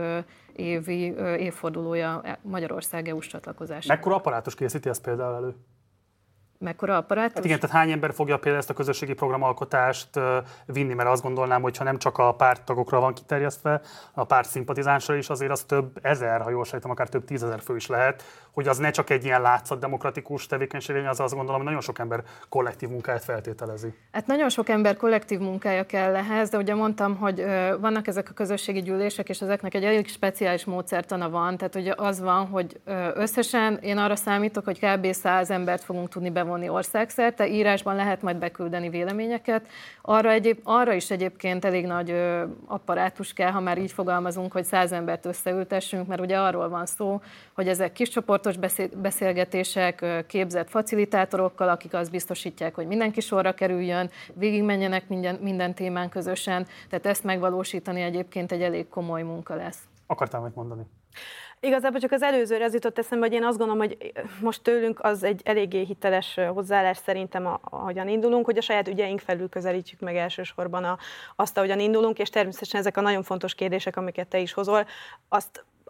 évi évfordulója Magyarország é u-s csatlakozása. Mekkora apparátus készíti ezt például elő? Mekkora apparátus? Hát igen, tehát hány ember fogja például ezt a közösségi programalkotást vinni, mert azt gondolnám, hogy ha nem csak a párttagokra van kiterjesztve, a párt szimpatizánsra is azért az több ezer, ha jól sejtem, akár több tízezer fő is lehet, hogy az ne csak egy ilyen látszatdemokratikus tevékenység, az azt gondolom, hogy nagyon sok ember kollektív munkáját feltételezi. Hát nagyon sok ember kollektív munkája kell ehhez, de ugye mondtam, hogy vannak ezek a közösségi gyűlések, és ezeknek egy elég speciális módszertana van, tehát ugye az van, hogy összesen én arra számítok, hogy kb. száz embert fogunk tudni bevonni országszerte, írásban lehet majd beküldeni véleményeket. Arra, egyéb, arra is egyébként elég nagy ö, apparátus kell, ha már így fogalmazunk, hogy száz embert összeültessünk, mert ugye arról van szó, hogy ezek kiscsoportos beszél, beszélgetések, ö, képzett facilitátorokkal, akik azt biztosítják, hogy mindenki sorra kerüljön, végigmenjenek minden, minden témán közösen, tehát ezt megvalósítani egyébként egy elég komoly munka lesz. Akartál mit mondani? Igazából csak az előzőre az jutott eszembe, hogy én azt gondolom, hogy most tőlünk az egy eléggé hiteles hozzáállás szerintem, ahogyan indulunk, hogy a saját ügyeink felül közelítjük meg elsősorban a, azt, ahogyan indulunk, és természetesen ezek a nagyon fontos kérdések, amiket te is hozol, azt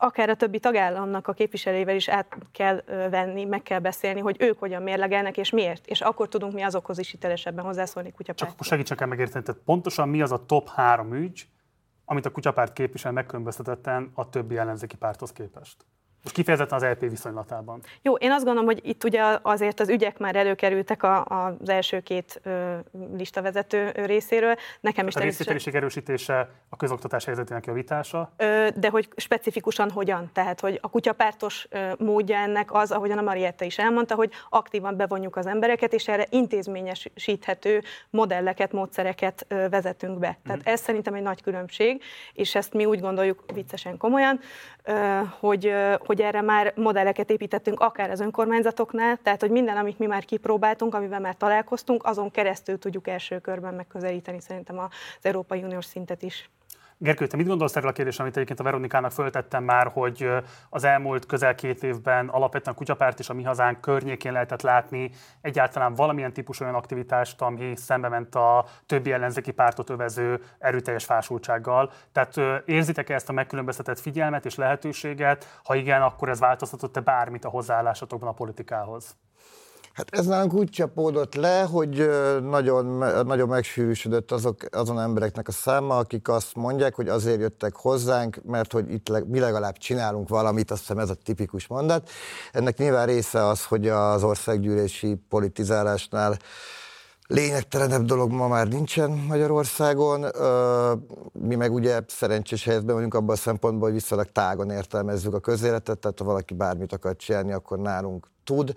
akár a többi tagállamnak a képviselőivel is át kell venni, meg kell beszélni, hogy ők hogyan mérlegelnek, és miért. És akkor tudunk mi azokhoz is hitelesebben hozzászólni kutyapárt. Csak akkor segítsek el megérteni, tehát pontosan mi az a top három ügy, amit a kutyapárt képvisel megkülönböztetetten a többi ellenzéki párthoz képest? Most kifejezetten az é pé viszonylatában. Jó, én azt gondolom, hogy itt ugye azért az ügyek már előkerültek a, az első két ö, listavezető részéről. Nekem is a részvételiség erősítése, a közoktatás helyzetének javítása. Ö, de hogy specifikusan hogyan? Tehát, hogy a kutyapártos ö, módja ennek az, ahogyan a Marietta is elmondta, hogy aktívan bevonjuk az embereket, és erre intézményesíthető modelleket, módszereket ö, vezetünk be. Tehát mm. ez szerintem egy nagy különbség, és ezt mi úgy gondoljuk viccesen komolyan, ö, hogy, ö, hogy erre már modelleket építettünk akár az önkormányzatoknál, tehát hogy minden, amit mi már kipróbáltunk, amivel már találkoztunk, azon keresztül tudjuk első körben megközelíteni szerintem az Európai Uniós szintet is. Gergő, te mit gondolsz erről a kérdésről, amit egyébként a Veronikának föltettem már, hogy az elmúlt közel két évben alapvetően a kutyapárt és a Mi Hazánk környékén lehetett látni egyáltalán valamilyen típusú olyan aktivitást, ami szembe ment a többi ellenzéki pártot övező erőteljes fásultsággal. Tehát érzitek-e ezt a megkülönböztetett figyelmet és lehetőséget? Ha igen, akkor ez változtatott-e bármit a hozzáállásotokban a politikához? Hát ez nálunk úgy csapódott le, hogy nagyon, nagyon megsűrűsödött azok, azon embereknek a száma, akik azt mondják, hogy azért jöttek hozzánk, mert hogy itt le, mi legalább csinálunk valamit, azt hiszem ez a tipikus mondat. Ennek nyilván része az, hogy az országgyűlési politizálásnál lényegtelenebb dolog ma már nincsen Magyarországon. Mi meg ugye szerencsés helyzetben vagyunk abban a szempontból, hogy viszonylag tágon értelmezzük a közéletet, tehát ha valaki bármit akar csinálni, akkor nálunk tud.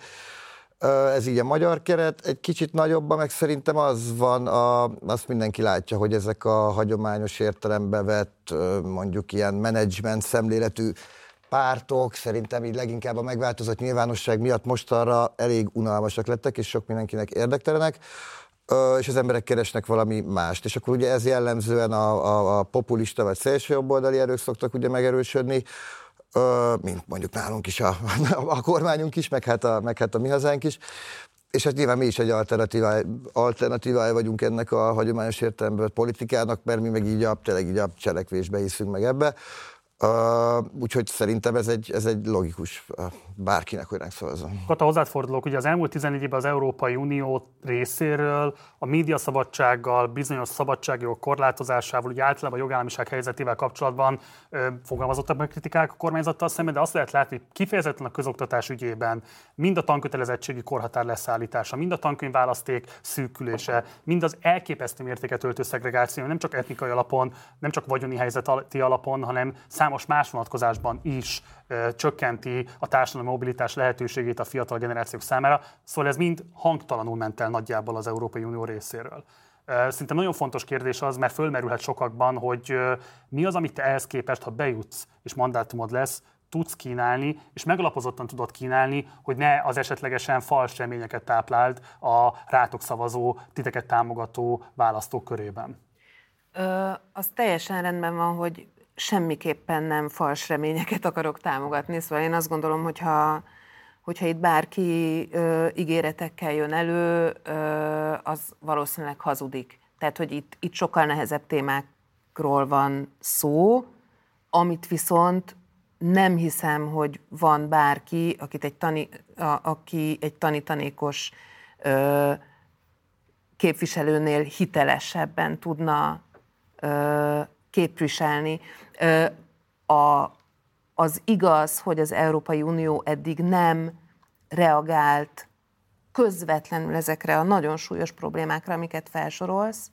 Ez így a magyar keret, egy kicsit nagyobban meg szerintem az van, a, azt mindenki látja, hogy ezek a hagyományos értelembe vett, mondjuk ilyen menedzsment szemléletű pártok szerintem így leginkább a megváltozott nyilvánosság miatt mostanra elég unalmasak lettek, és sok mindenkinek érdektelenek, és az emberek keresnek valami mást. És akkor ugye ez jellemzően a, a, a populista vagy szélsőjobboldali erők szoktak ugye megerősödni, mint mondjuk nálunk is a, a kormányunk is, meg hát a, meg hát a Mi Hazánk is. És hát nyilván mi is egy alternatívája, alternatívája vagyunk ennek a hagyományos értelemben politikának, mert mi meg így a, tényleg így a cselekvésbe hiszünk meg ebbe. Uh, úgyhogy szerintem ez egy, ez egy logikus uh, bárkinek, hogy megszavazzon. Kata, hozzád fordulok, ugye az elmúlt tizennégy évben az Európai Unió részéről a médiaszabadsággal, bizonyos szabadságjogok korlátozásával, ugye általában a jogállamiság helyzetével kapcsolatban ö, fogalmazottak meg kritikák a kormányzattal szemben, de azt lehet látni, hogy kifejezetten a közoktatás ügyében mind a tankötelezettségi korhatár leszállítása, mind a tankönyvválaszték szűkülése, mind az elképesztő mértéket öltő szegregáció, nem csak etnikai alapon, nem csak vagyoni helyzeti alapon, hanem számos más vonatkozásban is ö, csökkenti a társadalmi mobilitás lehetőségét a fiatal generációk számára. Szóval ez mind hangtalanul ment el nagyjából az Európai Unió részéről. Szerintem nagyon fontos kérdés az, mert fölmerülhet sokakban, hogy ö, mi az, amit te ehhez képest, ha bejutsz és mandátumod lesz, tudsz kínálni, és megalapozottan tudod kínálni, hogy ne az esetlegesen fals reményeket tápláld a rátok szavazó, titeket támogató választók körében. Ö, az teljesen rendben van, hogy semmiképpen nem fals reményeket akarok támogatni, szóval én azt gondolom, hogyha, hogyha itt bárki ö, ígéretekkel jön elő, ö, az valószínűleg hazudik. Tehát, hogy itt, itt sokkal nehezebb témákról van szó, amit viszont nem hiszem, hogy van bárki, akit egy tani, a, aki egy tanítanékos ö, képviselőnél hitelesebben tudna ö, képviselni. A, az igaz, hogy az Európai Unió eddig nem reagált közvetlenül ezekre a nagyon súlyos problémákra, amiket felsorolsz,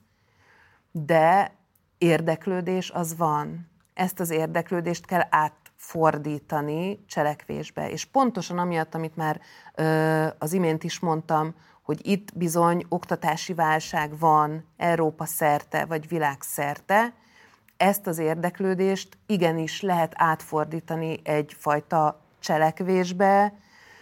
de érdeklődés az van. Ezt az érdeklődést kell átfordítani cselekvésbe. És pontosan amiatt, amit már ö, az imént is mondtam, hogy itt bizony oktatási válság van Európa szerte, vagy világszerte, ezt az érdeklődést igenis lehet átfordítani egyfajta cselekvésbe,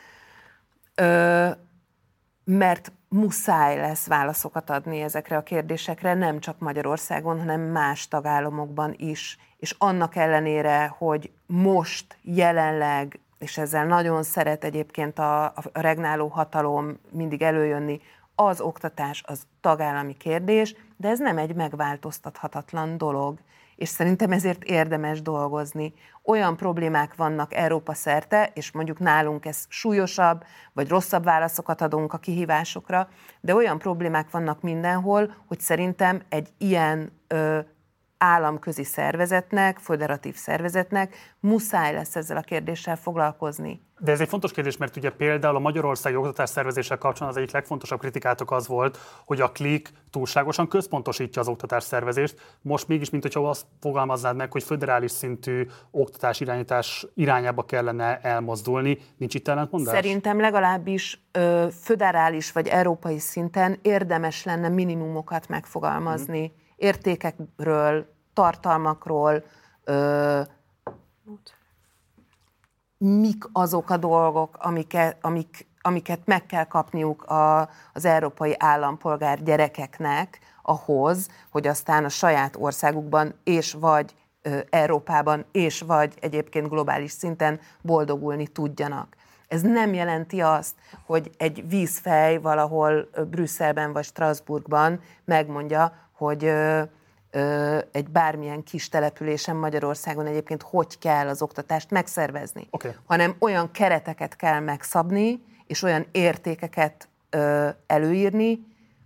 mert muszáj lesz válaszokat adni ezekre a kérdésekre, nem csak Magyarországon, hanem más tagállamokban is. És annak ellenére, hogy most jelenleg, és ezzel nagyon szeret egyébként a, a regnáló hatalom mindig előjönni, az oktatás az tagállami kérdés, de ez nem egy megváltoztathatatlan dolog. és szerintem ezért érdemes dolgozni. Olyan problémák vannak Európa szerte, és mondjuk nálunk ez súlyosabb, vagy rosszabb válaszokat adunk a kihívásokra, de olyan problémák vannak mindenhol, hogy szerintem egy ilyen ö, államközi szervezetnek, föderatív szervezetnek muszáj lesz ezzel a kérdéssel foglalkozni. De ez egy fontos kérdés, mert ugye például a magyarországi oktatás szervezéssel kapcsolatban az egyik legfontosabb kritikátok az volt, hogy a klik túlságosan központosítja az oktatás szervezést. Most mégis, mint hogyha azt fogalmaznád meg, hogy föderális szintű oktatás irányítás irányába kellene elmozdulni. Nincs itt ellentmondás? Szerintem legalábbis ö, föderális vagy európai szinten érdemes lenne minimumokat megfogalmazni. Hmm. Értékekről, tartalmakról, ö, mik azok a dolgok, amiket, amik, amiket meg kell kapniuk a, az európai állampolgár gyerekeknek ahhoz, hogy aztán a saját országukban és vagy ö, Európában és vagy egyébként globális szinten boldogulni tudjanak. Ez nem jelenti azt, hogy egy vízfej valahol Brüsszelben vagy Strasbourgban megmondja, hogy ö, ö, egy bármilyen kis településen Magyarországon egyébként hogy kell az oktatást megszervezni, okay. hanem olyan kereteket kell megszabni, és olyan értékeket ö, előírni,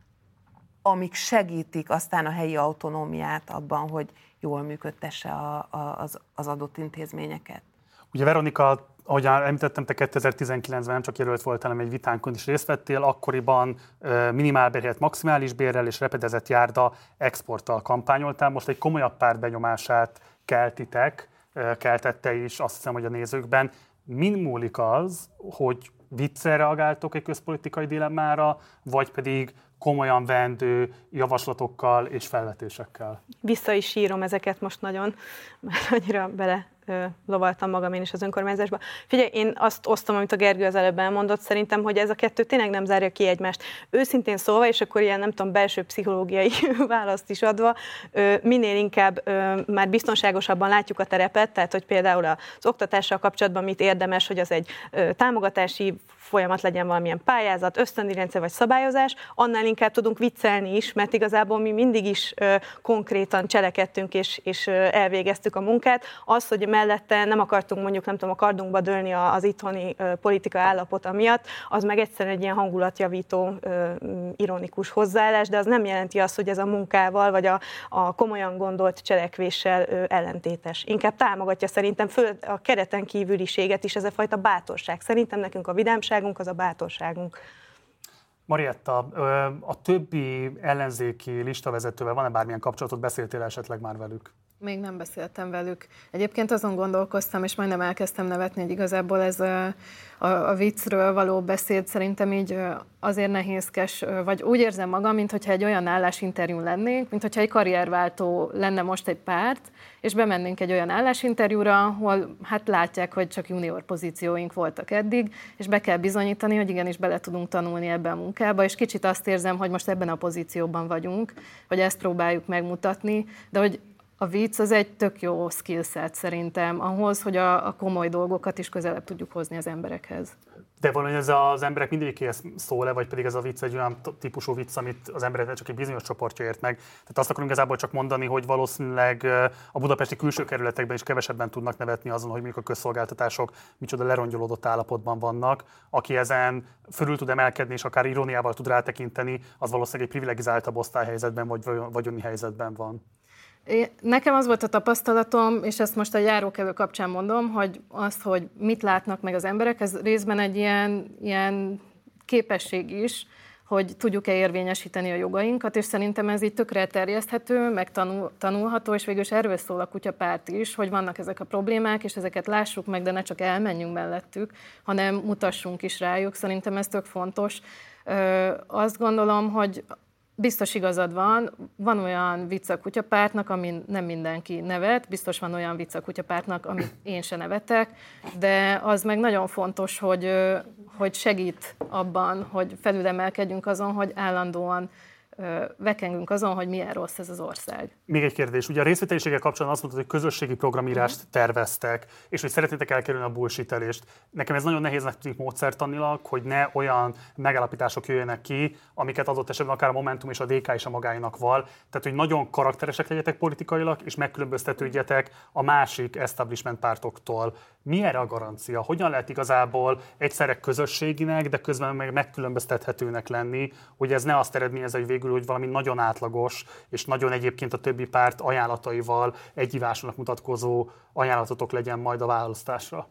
amik segítik aztán a helyi autonómiát abban, hogy jól működtesse a, a, az, az adott intézményeket. Ugye Veronika, ahogy említettem, te kétezer-tizenkilencben nem csak jelölt voltál, hanem egy vitánkon is részt vettél, akkoriban minimálbér helyett maximális bérrel és repedezett járda exporttal kampányoltál. Most egy komolyabb párt benyomását keltitek, keltette is, azt hiszem, hogy a nézőkben. Min múlik az, hogy viccel reagáltok egy közpolitikai dilemmára, vagy pedig komolyan vendő javaslatokkal és felvetésekkel? Vissza is sírom ezeket most nagyon, mert annyira bele lovaltam magam én is az önkormányzásba. Figyelj, én azt osztom, amit a Gergő az előbb elmondott, szerintem, hogy ez a kettő tényleg nem zárja ki egymást. Őszintén szólva, és akkor ilyen, nem tudom, belső pszichológiai választ is adva, minél inkább már biztonságosabban látjuk a terepet, tehát, hogy például az oktatással kapcsolatban mit érdemes, hogy az egy támogatási folyamat legyen, valamilyen pályázat, ösztöndíjrendszer vagy szabályozás, annál inkább tudunk viccelni is, mert igazából mi mindig is ö, konkrétan cselekedtünk és, és ö, elvégeztük a munkát. Az, hogy mellette nem akartunk mondjuk, nem tudom, a kardunkba dőlni az itthoni ö, politika állapota miatt, az meg egyszerűen egy ilyen hangulatjavító, ö, ironikus hozzáállás, de az nem jelenti azt, hogy ez a munkával vagy a, a komolyan gondolt cselekvéssel ö, ellentétes. Inkább támogatja szerintem föl a kereten kívüliséget is ez a fajta bátorság. Szerintem nekünk a vidámság az a bátorságunk. Marietta, a többi ellenzéki listavezetővel van-e bármilyen kapcsolatot, beszéltél esetleg már velük? Még nem beszéltem velük. Egyébként azon gondolkoztam, és majdnem elkezdtem nevetni, hogy igazából ez a, a, a viccről való beszéd szerintem így azért nehézkes, vagy úgy érzem magam, mintha egy olyan állásinterjún lennénk, mintha egy karrierváltó lenne most egy párt, és bemennénk egy olyan állásinterjúra, ahol hát látják, hogy csak junior pozícióink voltak eddig, és be kell bizonyítani, hogy igenis bele tudunk tanulni ebbe a munkába, és kicsit azt érzem, hogy most ebben a pozícióban vagyunk, hogy ezt próbáljuk megmutatni, de hogy a vicc az egy tök jó skillset szerintem ahhoz, hogy a, a komoly dolgokat is közelebb tudjuk hozni az emberekhez. De valahogy ez az emberek mindegyikéhez szól-e, vagy pedig ez a vicc egy olyan típusú vicc, amit az emberek csak egy bizonyos csoportja ért meg. Tehát azt akarom igazából csak mondani, hogy valószínűleg a budapesti külső kerületekben is kevesebben tudnak nevetni azon, hogy mondjuk a közszolgáltatások micsoda lerongyolódott állapotban vannak. Aki ezen fölül tud emelkedni, és akár iróniával tud rátekinteni, az valószínűleg egy privilegizáltabb osztályhelyzetben vagy vagyoni helyzetben van. Nekem az volt a tapasztalatom, és ezt most a járókelő kapcsán mondom, hogy azt, hogy mit látnak meg az emberek, ez részben egy ilyen, ilyen képesség is, hogy tudjuk-e érvényesíteni a jogainkat, és szerintem ez így tökre terjeszthető, meg tanul, tanulható, és végül is erről szól a kutyapárt is, hogy vannak ezek a problémák, és ezeket lássuk meg, de ne csak elmenjünk mellettük, hanem mutassunk is rájuk. Szerintem ez tök fontos. Ö, azt gondolom, hogy biztos igazad van, van olyan vicc a kutyapártnak, amin nem mindenki nevet, biztos van olyan vicc a kutyapártnak, amit én se nevetek, de az meg nagyon fontos, hogy, hogy segít abban, hogy felülemelkedjünk azon, hogy állandóan vekengünk azon, hogy milyen rossz ez az ország. Még egy kérdés. Ugye a részvételiséggel kapcsolatban azt mondtad, hogy közösségi programírást uh-huh. terveztek, és hogy szeretnétek elkerülni a bullshitelést. Nekem ez nagyon nehéznek tűnik módszertanilag, hogy ne olyan megállapítások jöjjenek ki, amiket adott esetben akár a Momentum és a dé ká is a magáinak val. Tehát, hogy nagyon karakteresek legyetek politikailag, és megkülönböztetődjetek a másik establishment pártoktól. Mi erre a garancia? Hogyan lehet igazából egyszerre közösséginek, de közben meg megkülönböztethetőnek lenni, hogy ez ne azt eredményezze, hogy végül, hogy valami nagyon átlagos, és nagyon egyébként a többi párt ajánlataival egyivásúnak mutatkozó ajánlatotok legyen majd a választásra?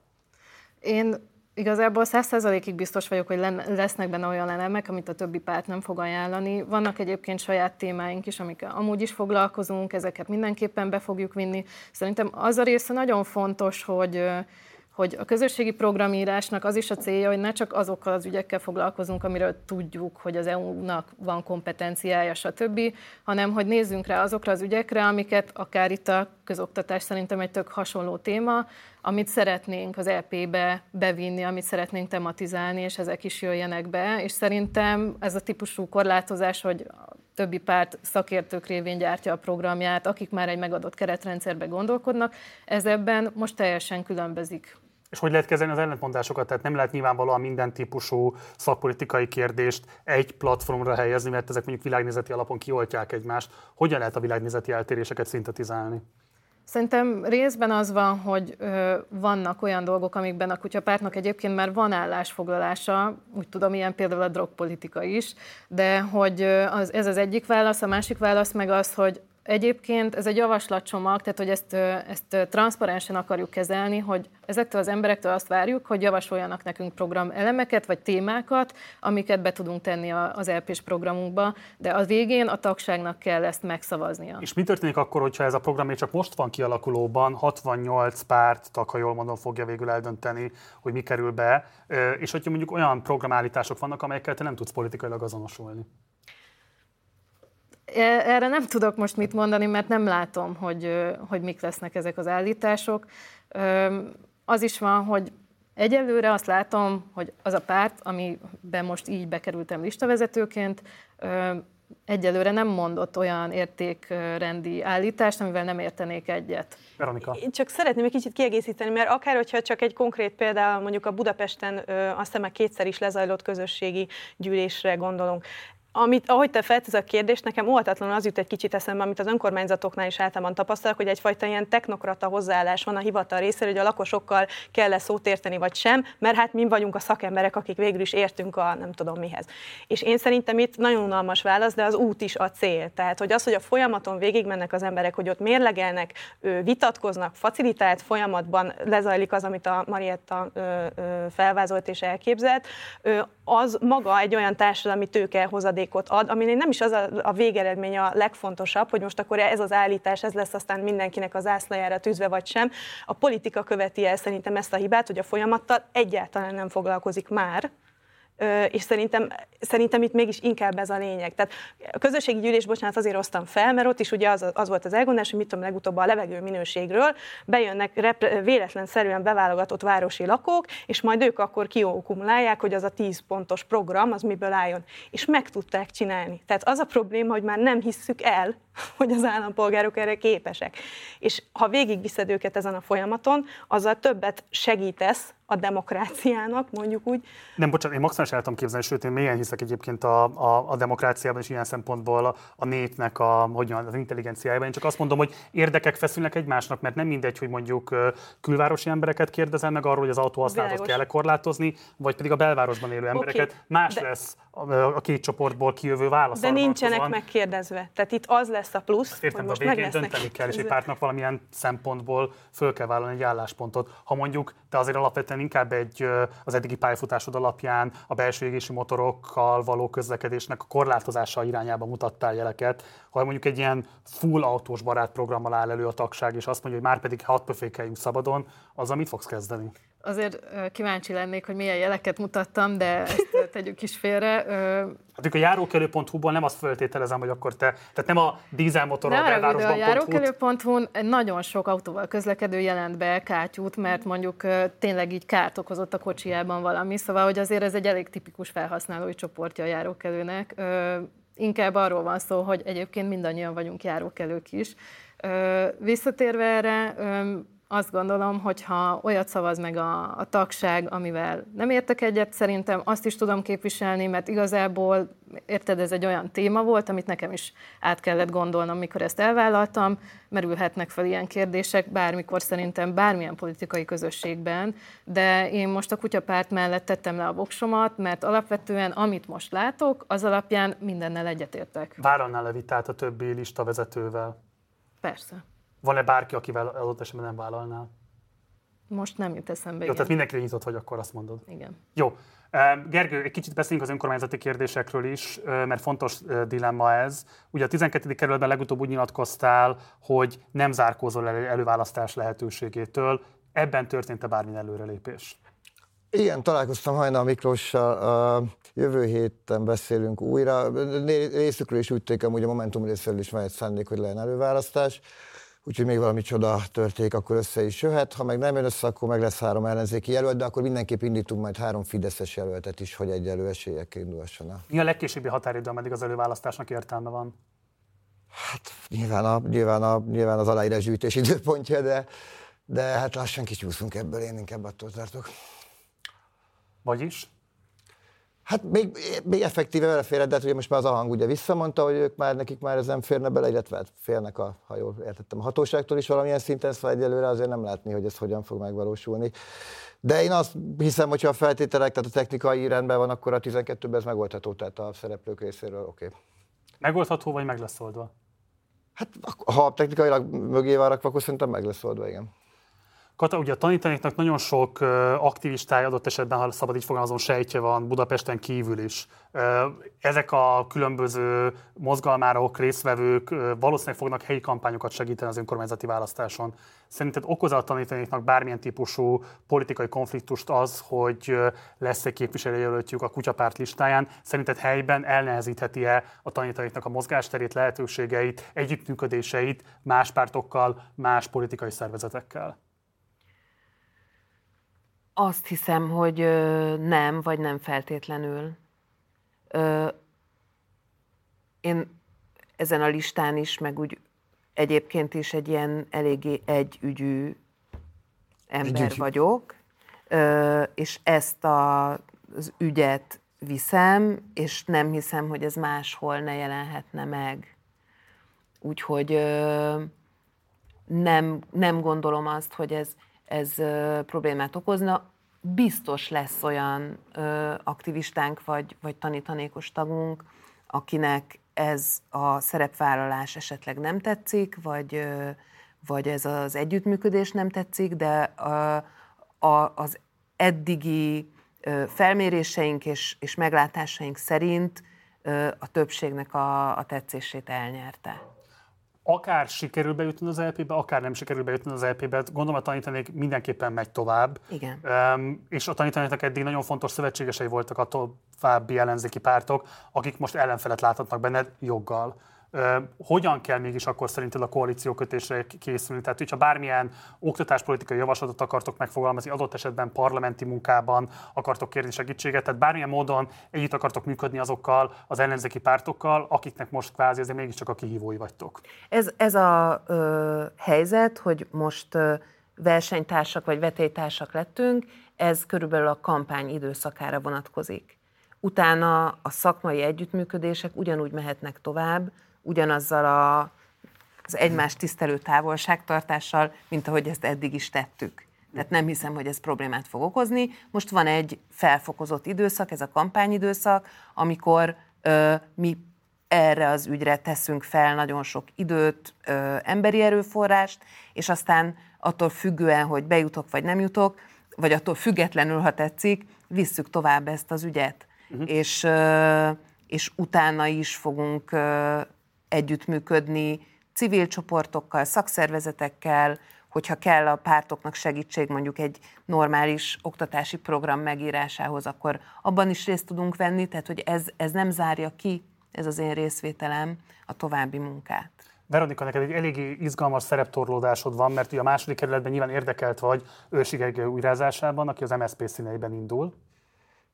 Én igazából száz százalékig biztos vagyok, hogy lesznek benne olyan elemek, amit a többi párt nem fog ajánlani. Vannak egyébként saját témáink is, amikkel amúgy is foglalkozunk, ezeket mindenképpen be fogjuk vinni. Szerintem az a része nagyon fontos, hogy hogy a közösségi programírásnak az is a célja, hogy ne csak azokkal az ügyekkel foglalkozunk, amiről tudjuk, hogy az é u-nak van kompetenciája, stb., hanem hogy nézzünk rá azokra az ügyekre, amiket akár itt a közoktatás szerintem egy tök hasonló téma, amit szeretnénk az é pé-be bevinni, amit szeretnénk tematizálni, és ezek is jöjjenek be, és szerintem ez a típusú korlátozás, hogy többi párt szakértők révén gyártja a programját, akik már egy megadott keretrendszerben gondolkodnak, ez ebben most teljesen különbözik. És hogy lehet kezelni az ellentmondásokat? Tehát nem lehet nyilvánvalóan minden típusú szakpolitikai kérdést egy platformra helyezni, mert ezek mondjuk világnézeti alapon kioltják egymást. Hogyan lehet a világnézeti eltéréseket szintetizálni? Szerintem részben az van, hogy ö, vannak olyan dolgok, amikben a kutyapártnak egyébként már van állásfoglalása, úgy tudom, ilyen például a drogpolitika is, de hogy az, ez az egyik válasz, a másik válasz meg az, hogy egyébként ez egy javaslatcsomag, tehát hogy ezt, ezt transzparensen akarjuk kezelni, hogy ezektől az emberektől azt várjuk, hogy javasoljanak nekünk programelemeket vagy témákat, amiket be tudunk tenni az é pés programunkba, de a végén a tagságnak kell ezt megszavaznia. És mi történik akkor, hogyha ez a program még csak most van kialakulóban, hatvannyolc párt tag, ha jól mondom, fogja végül eldönteni, hogy mi kerül be, és hogyha mondjuk olyan programállítások vannak, amelyekkel te nem tudsz politikailag azonosulni? Erre nem tudok most mit mondani, mert nem látom, hogy, hogy mik lesznek ezek az állítások. Az is van, hogy egyelőre azt látom, hogy az a párt, amiben most így bekerültem listavezetőként, egyelőre nem mondott olyan értékrendi állítást, amivel nem értenék egyet. Veronika. Én csak szeretném egy kicsit kiegészíteni, mert akár, hogyha csak egy konkrét példa, mondjuk a Budapesten azt hiszem már kétszer is lezajlott közösségi gyűlésre gondolunk. Amit, ahogy te feltesz a kérdést, nekem óhatatlanul az jut egy kicsit eszembe, amit az önkormányzatoknál is általában tapasztalok, hogy egyfajta ilyen technokrata hozzáállás van a hivatal részéről, hogy a lakosokkal kell-e szót érteni vagy sem, mert hát mi vagyunk a szakemberek, akik végül is értünk a nem tudom mihez. És én szerintem itt nagyon unalmas válasz, de az út is a cél. Tehát, hogy az, hogy a folyamaton végigmennek az emberek, hogy ott mérlegelnek, vitatkoznak, facilitált folyamatban lezajlik az, amit a Marietta felvázolt és elképzelt, az maga egy olyan társadalmi tőke hozadékot ad, aminél nem is az a, a végeredmény a legfontosabb, hogy most akkor ez az állítás, ez lesz aztán mindenkinek az ászlajára tűzve vagy sem. A politika követi el szerintem ezt a hibát, hogy a folyamattal egyáltalán nem foglalkozik már, és szerintem, szerintem itt mégis inkább ez a lényeg. Tehát a közösségi gyűlés, bocsánat, azért hoztam fel, mert ott is ugye az, az volt az elgondolás, hogy mit tudom, legutóbb a levegő minőségről bejönnek repre, véletlenszerűen beválogatott városi lakók, és majd ők akkor kiokkumulálják, hogy az a tíz pontos program, az miből álljon. És meg tudták csinálni. Tehát az a probléma, hogy már nem hisszük el, hogy az állampolgárok erre képesek. És ha végigviszed őket ezen a folyamaton, azzal többet segítesz a demokráciának, mondjuk úgy. Nem, bocsánat, én maximális el tudom képzelni, sőt, én mélyen hiszek egyébként a, a, a demokráciában, és ilyen szempontból a, a népnek a, hogyan, az intelligenciájában. Én csak azt mondom, hogy érdekek feszülnek egymásnak, mert nem mindegy, hogy mondjuk külvárosi embereket kérdezel meg arról, hogy az autóhasználatot kell korlátozni, vagy pedig a belvárosban élő embereket. Okay, más de... lesz a, a két csoportból kijövő válasz. De nincsenek van. Megkérdezve. Tehát itt az lesz a plusz, értem, hogy most a végén dönteni kell, és egy pártnak valamilyen szempontból föl kell vállalni egy álláspontot. Ha mondjuk te azért alapvetően inkább egy, az eddigi pályafutásod alapján a belső égési motorokkal való közlekedésnek a korlátozása irányába mutattál jeleket, ha mondjuk egy ilyen full autós barát programmal áll elő a tagság, és azt mondja, hogy már pedig hat pöfékeljünk szabadon, azzal mit fogsz kezdeni? Azért kíváncsi lennék, hogy milyen jeleket mutattam, de ezt tegyük is félre. Hát a járókelő pont hu-ból nem azt feltételezem, hogy akkor te, tehát nem a dízelmotorral belvárosban. A járókelő pont hu-n nagyon sok autóval közlekedő jelent be kátyút, mert mondjuk tényleg így kárt okozott a kocsijában valami, szóval hogy azért ez egy elég tipikus felhasználói csoportja a járókelőnek. inkább arról van szó, hogy egyébként mindannyian vagyunk járókelők is. Visszatérve erre, azt gondolom, hogy ha olyat szavaz meg a, a tagság, amivel nem értek egyet, szerintem azt is tudom képviselni, mert igazából, érted, ez egy olyan téma volt, amit nekem is át kellett gondolnom, mikor ezt elvállaltam, merülhetnek fel ilyen kérdések bármikor szerintem bármilyen politikai közösségben, de én most a kutyapárt mellett tettem le a voksomat, mert alapvetően amit most látok, az alapján mindennel egyetértek. Vállalnál-e vitát a többi listavezetővel? Persze. Van-e bárki, akivel adott esetben nem vállalnál? Most nem jut eszembe, Jó, igen. tehát mindenkire nyitott vagy, akkor azt mondod. Igen. Jó. Gergő, egy kicsit beszéljünk az önkormányzati kérdésekről is, mert fontos dilemma ez. Ugye a tizenkettedik kerületben legutóbb úgy nyilatkoztál, hogy nem zárkózol el előválasztás lehetőségétől. Ebben történt-e bármilyen előrelépés? Igen, találkoztam Hajnal Miklóssal, a jövő héten beszélünk újra. Részükről is úgy tűnik, amúgy a Momentum részéről is van egy szándék, hogy legyen előválasztás. Úgyhogy még valami csoda történik, akkor össze is jöhet. Ha meg nem jön össze, akkor meg lesz három ellenzéki jelölt, de akkor mindenképp indítunk majd három fideszes jelöltet is, hogy egyenlő esélyekkel indulhasson. Mi a legkésőbbi határidő, ameddig az előválasztásnak értelme van? Hát nyilván, a, nyilván, a, nyilván az aláírás gyűjtés időpontja, de, de hát lassan kicsúszunk ebből, én inkább attól tartok. Vagyis? Hát még, még effektíve vele félre, de hát ugye most már az a hang ugye visszamondta, hogy ők már, nekik már ez nem férne bele, illetve hát félnek, a, ha jól értettem, a hatóságtól is valamilyen szinten, szóval egyelőre azért nem látni, hogy ez hogyan fog megvalósulni. De én azt hiszem, hogy ha a feltételek, tehát a technikai rendben van, akkor a tizenkettőben ez megoldható, tehát a szereplők részéről oké. Okay. Megoldható, vagy meg lesz oldva? Hát ha technikailag mögé van rakva, akkor szerintem meg lesz oldva, igen. Kata, ugye a tanítanéknak nagyon sok uh, aktivistája, adott esetben, ha szabad így fogalmazom, sejtje van Budapesten kívül is. Uh, ezek a különböző mozgalmárok, résztvevők uh, valószínűleg fognak helyi kampányokat segíteni az önkormányzati választáson. Szerinted okoz a tanítanéknak bármilyen típusú politikai konfliktust az, hogy uh, lesz egy képviselőjelöltjük a kutyapárt listáján? Szerinted helyben elnehezítheti-e a tanítanéknak a mozgásterét, lehetőségeit, együttműködéseit más pártokkal, más politikai szervezetekkel? Azt hiszem, hogy nem, vagy nem feltétlenül. Én ezen a listán is, meg úgy egyébként is egy ilyen eléggé együgyű ember Együgy. vagyok, és ezt a, az ügyet viszem, és nem hiszem, hogy ez máshol ne jelenhetne meg. Úgyhogy nem, nem gondolom azt, hogy ez ez ö, problémát okozna. Biztos lesz olyan ö, aktivistánk vagy, vagy tanítanékos tagunk, akinek ez a szerepvállalás esetleg nem tetszik, vagy, ö, vagy ez az együttműködés nem tetszik, de ö, a, az eddigi ö, felméréseink és, és meglátásaink szerint ö, a többségnek a, a tetszését elnyerte. Akár sikerül bejutni az é pé-be, akár nem sikerül bejutni az é pé-be, gondolom a tanítanék mindenképpen megy tovább. Igen. Um, és a tanítanéknak eddig nagyon fontos szövetségesei voltak a további ellenzéki pártok, akik most ellenfelet láthatnak benned joggal. Uh, hogyan kell mégis akkor szerinted a koalíciókötésre készülni? Tehát, hogyha bármilyen oktatáspolitikai javaslatot akartok megfogalmazni, adott esetben parlamenti munkában akartok kérni segítséget, tehát bármilyen módon együtt akartok működni azokkal az ellenzéki pártokkal, akiknek most kvázi azért mégiscsak a kihívói vagytok. Ez, ez a ö, helyzet, hogy most ö, versenytársak vagy vetélytársak lettünk, ez körülbelül a kampány időszakára vonatkozik. Utána a szakmai együttműködések ugyanúgy mehetnek tovább, ugyanazzal a, az egymást tisztelő távolságtartással, mint ahogy ezt eddig is tettük. Tehát nem hiszem, hogy ez problémát fog okozni. Most van egy felfokozott időszak, ez a kampányidőszak, amikor ö, mi erre az ügyre teszünk fel nagyon sok időt, ö, emberi erőforrást, és aztán attól függően, hogy bejutok vagy nem jutok, vagy attól függetlenül, ha tetszik, visszük tovább ezt az ügyet. Uh-huh. És, ö, és utána is fogunk ö, együttműködni civil csoportokkal, szakszervezetekkel, hogyha kell a pártoknak segítség mondjuk egy normális oktatási program megírásához, akkor abban is részt tudunk venni, tehát hogy ez, ez nem zárja ki, ez az én részvételem, a további munkát. Veronika, neked egy eléggé izgalmas szereptorlódásod van, mert ugye a második kerületben nyilván érdekelt vagy Őrsi Gergely újrázásában, aki az em es zé pé színeiben indul.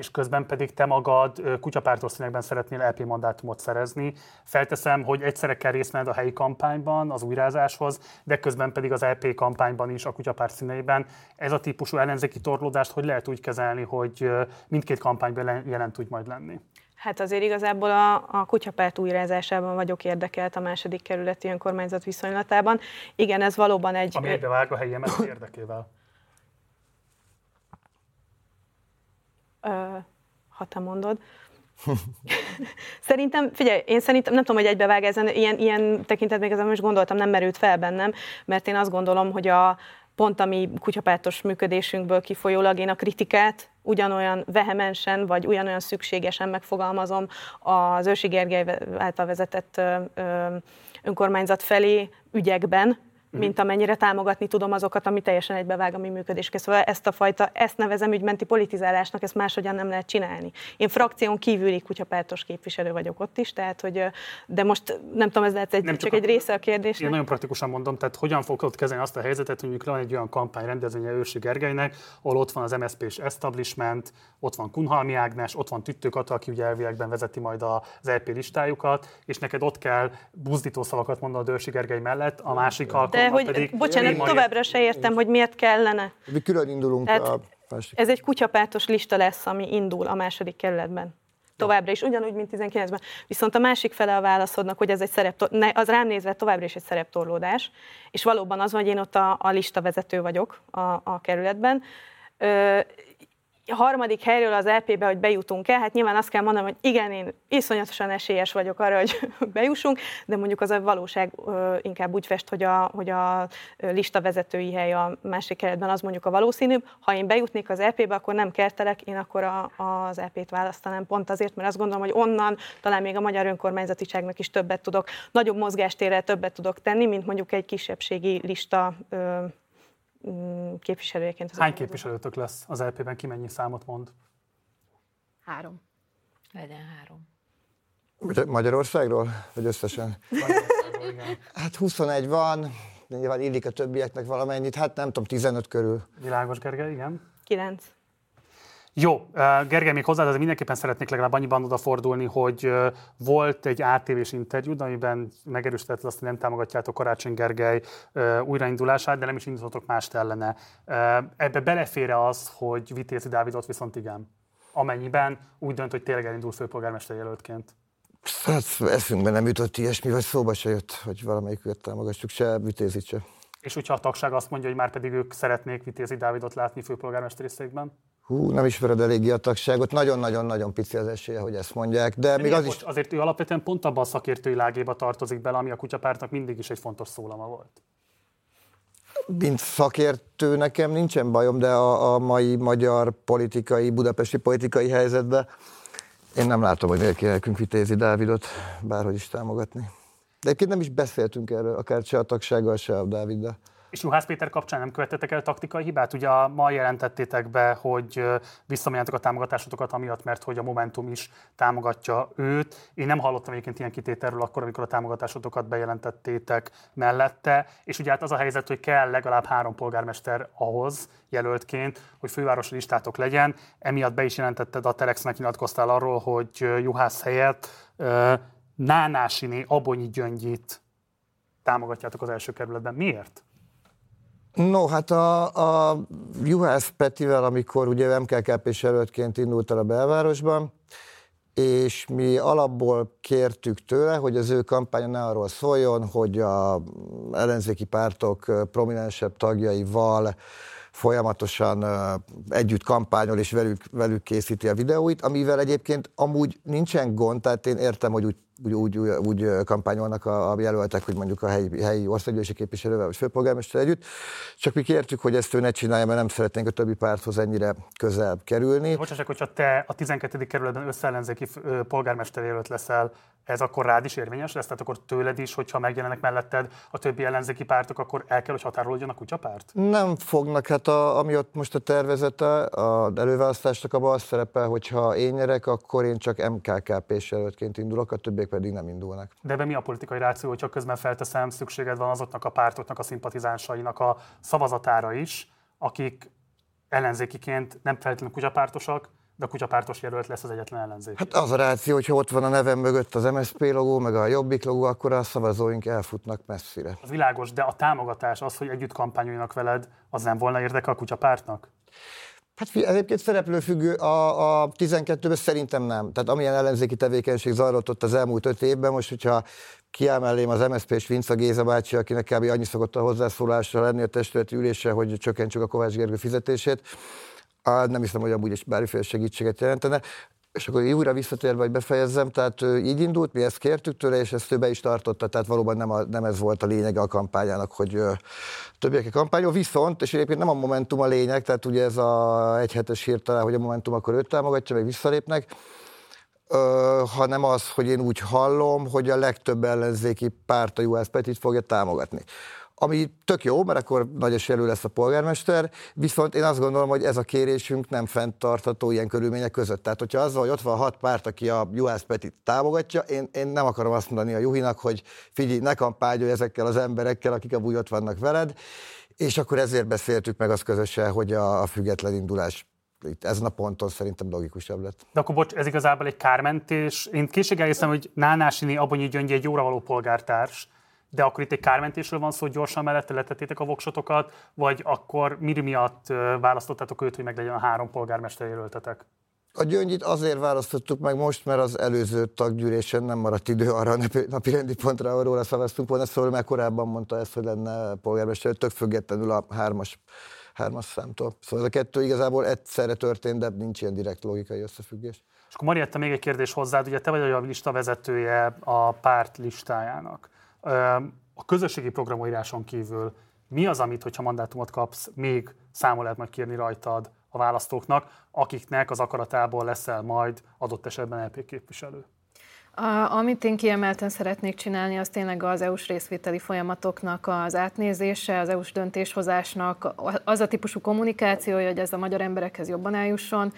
és közben pedig te magad kutyapártos színekben szeretnél é pé mandátumot szerezni. Felteszem, hogy egyszerre kell részt venned a helyi kampányban, az újrázáshoz, de közben pedig az é pé kampányban is a kutyapárt színeiben. Ez a típusú ellenzéki torlódást hogy lehet úgy kezelni, hogy mindkét kampányban jelen tudj majd lenni? Hát azért igazából a, a kutyapárt újrázásában vagyok érdekelt a második kerületi önkormányzat viszonylatában. Igen, ez valóban egy... Ami egybevág a helyi emelet érdekével. Ö, ha te mondod. Szerintem, figyelj, én szerintem nem tudom, hogy egybevág ezen, ilyen, ilyen tekintetben még most gondoltam, nem merült fel bennem, mert én azt gondolom, hogy a pont a mi kutyapártos működésünkből kifolyólag én a kritikát ugyanolyan vehemensen, vagy ugyanolyan szükségesen megfogalmazom az Őrsi Gergely által vezetett önkormányzat felé ügyekben, mint amennyire támogatni tudom azokat, ami teljesen egybevág a mi működésünkkel. Szóval ezt a fajta, ezt nevezem ügymenti politizálásnak, ezt máshogyan nem lehet csinálni. Én frakción kívüli kutyapártos képviselő vagyok ott is, tehát hogy, de most nem tudom, ez lehet egy, csak, csak egy része a kérdésnek. Én nagyon praktikusan mondom, tehát hogyan fogod kezelni azt a helyzetet, hogy mondjuk van egy olyan kampány rendezvénye Őrsi Gergelynek, ahol ott van az em es zé pés establishment, ott van Kunhalmi Ágnes, ott van Tüttő Kata, aki ugye elviekben vezeti majd az é pé listájukat, és neked ott kell buzdító szavakat mondanod Őrsi Gergely mellett, a másik alkalommal de hogy, pedig... bocsánat, továbbra se értem, hogy miért kellene. Mi külön indulunk Tehát a másik. Ez egy kutyapártos lista lesz, ami indul a második kerületben. Továbbra is, ugyanúgy, mint tizenkilencben. Viszont a másik fele a válaszodnak, hogy ez egy szereptor- az rám nézve továbbra is egy szereptorlódás, és valóban az van, hogy én ott a, a listavezető vagyok a, a kerületben. Ö, A harmadik helyről az é pé-be, hogy bejutunk el, hát nyilván azt kell mondanom, hogy igen, én iszonyatosan esélyes vagyok arra, hogy bejussunk, de mondjuk az a valóság inkább úgy fest, hogy a, hogy a lista vezetői hely a másik kerületben az mondjuk a valószínűbb. Ha én bejutnék az é pé-be, akkor nem kertelek, én akkor a, az é pét választanám pont azért, mert azt gondolom, hogy onnan talán még a magyar önkormányzatiságnak is többet tudok, nagyobb mozgástérrel többet tudok tenni, mint mondjuk egy kisebbségi lista képviselőjeként. Hány képviselőtök lesz az é pé-ben, ki mennyi számot mond? Három. Legyen három. Magyarországról? Vagy összesen? Magyarországról, igen. Hát huszonegy van, nyilván illik a többieknek valamennyit, hát nem tudom, tizenöt körül. Világos, Gergely, igen. Kilenc. Jó, Gergely, még hozzád, de mindenképpen szeretnék legalább annyiban odafordulni, hogy volt egy á té vés interjú, amiben megerősítetted azt, hogy nem támogatjátok Karácsony Gergely újraindulását, de nem is indítotok mást ellene. Ebbe belefér az, hogy Vitézi Dávidot viszont igen, amennyiben úgy dönt, hogy tényleg elindul főpolgármester jelöltként? Hát eszünkben nem jutott ilyesmi, vagy szóba se jött, hogy valamelyiküket támogassuk, se Vitézit se. És hogyha a tagság azt mondja, hogy már pedig ők szeretnék Vitézi Dávidot látni főpolgármesteri székben? Hú, nem ismered eléggé a tagságot, nagyon-nagyon-nagyon pici az esélye, hogy ezt mondják, de, de még az is... Azért ő alapvetően pont abban a szakértői lágéba tartozik bele, ami a kutyapártnak mindig is egy fontos szólama volt. Mint szakértő nekem nincsen bajom, de a, a mai magyar politikai, budapesti politikai helyzetben én nem látom, hogy miért kéne nekünk Vitézi Dávidot bárhogy is támogatni. De egyébként nem is beszéltünk erről, akár se a tagsággal, se a Dáviddal. És Juhász Péter kapcsán nem követtetek el taktikai hibát? Ugye ma jelentettétek be, hogy visszamenjetek a támogatásotokat amiatt, mert hogy a Momentum is támogatja őt. Én nem hallottam egyébként ilyen kitételről akkor, amikor a támogatásotokat bejelentettétek mellette. És ugye hát az a helyzet, hogy kell legalább három polgármester ahhoz jelöltként, hogy fővárosi listátok legyen. Emiatt be is jelentetted, a Telexnek nyilatkoztál arról, hogy Juhász helyett uh, Nánásiné Abonyi Gyöngyit támogatjátok az első kerületben. Miért? No, hát a, a Juhász Petivel, amikor ugye em ká ká pés jelöltként indult el a belvárosban, és mi alapból kértük tőle, hogy az ő kampánya ne arról szóljon, hogy a ellenzéki pártok prominensebb tagjaival folyamatosan együtt kampányol és velük, velük készíti a videóit, amivel egyébként amúgy nincsen gond, tehát én értem, hogy úgy, úgy, úgy, úgy kampányolnak a, a jelöltek, hogy mondjuk a helyi, helyi országgyűlési képviselővel vagy főpolgármester együtt, csak mi kértük, hogy ezt ő ne csinálja, mert nem szeretnénk a többi párthoz ennyire közel kerülni. Bocsássak, hogyha te a tizenkettedik kerületben összeellenzéki polgármester jelölt leszel, ez akkor rád is érvényes lesz? Tehát akkor tőled is, hogyha megjelenek melletted a többi ellenzéki pártok, akkor el kell, hogy határolódjon a kutyapárt? Nem fognak, hát a, ami ott most a tervezete, az előválasztásnak abban az szerepel, hogyha én nyerek, akkor én csak em ká ká pés jelöltként indulok, a többiek pedig nem indulnak. De ebben mi a politikai ráció, hogyha közben felteszem, szükséged van azoknak a pártoknak, a szimpatizánsainak a szavazatára is, akik ellenzékiként nem feltétlenül kutyapártosak, De a kutyapártos jelölt lesz az egyetlen ellenzék. Hát az a ráció, hogyha ott van a nevem mögött az em es zé pé logó, meg a Jobbik logó, akkor a szavazóink elfutnak messzire. Az világos, de a támogatás, az, hogy együtt kampányoljanak veled, az nem volna érdeke a kutyapártnak? Hát egyébként szereplőfüggő, a, a tizenkettőben szerintem nem. Tehát amilyen ellenzéki tevékenység zajlott ott az elmúlt öt évben, most, hogyha kiámellém az em es zé pés Vinca Géza bácsi, akinek kb. Annyi szokott a hozzászólásra lenni a testületi ülésre, hogy csökkentsük a Kovács Gergő fizetését, nem hiszem, hogy amúgy is bármiféle segítséget jelentene. És akkor újra visszatérve, hogy befejezzem, tehát így indult, mi ezt kértük tőle, és ezt ő be is tartotta, tehát valóban nem, a, nem ez volt a lényege a kampányának, hogy ö, többiek a kampányol, viszont, és egyébként nem a Momentum a lényeg, tehát ugye ez a egyhetes hír talán, hogy a Momentum akkor őt támogatja, meg visszalépnek, ö, hanem az, hogy én úgy hallom, hogy a legtöbb ellenzéki párt a Juhász Petit fogja támogatni. Ami tök jó, mert akkor nagy eséllyel lesz a polgármester, viszont én azt gondolom, hogy ez a kérésünk nem fenntartható ilyen körülmények között. Tehát, hogyha az van, hogy ott van hat párt, aki a Juhász Petit támogatja, én, én nem akarom azt mondani a Juhinak, hogy figyelj, ne kampányolj ezekkel az emberekkel, akik amúgy ott vannak veled, és akkor ezért beszéltük meg azt közösen, hogy a, a független indulás itt ezen a ponton szerintem logikusabb lett. De akkor bocs, ez igazából egy kármentés. Én készséggel hiszem, hogy Nánásini Abonyi Gyöngyi egy jóra való polgártárs, de akkor itt egy kármentésről van szó, hogy gyorsan mellette letettétek a voksotokat, vagy akkor mi miatt választottátok őt, hogy meg legyen a három polgármester jelöltetek? A Gyöngyit azért választottuk meg most, mert az előző taggyűlésen nem maradt idő arra a napi rendi pontra, ahol róla szavaztunk volna, szóval már korábban mondta ezt, hogy lenne polgármester, tök függetlenül a hármas, hármas számtól. Szóval ez a kettő igazából egyszerre történt, de nincs ilyen direkt logikai összefüggés. És akkor Marietta, még egy kérdés hozzád, ugye te vagy a lista vezetője a párt listájának. A közösségi programoíráson kívül mi az, amit, hogyha mandátumot kapsz, még számol lehet majd kérni rajtad a választóknak, akiknek az akaratából leszel majd adott esetben é pé képviselő? A, amit én kiemelten szeretnék csinálni, az tényleg az é u-s részvételi folyamatoknak az átnézése, az é u-s döntéshozásnak az a típusú kommunikációja, hogy ez a magyar emberekhez jobban eljusson.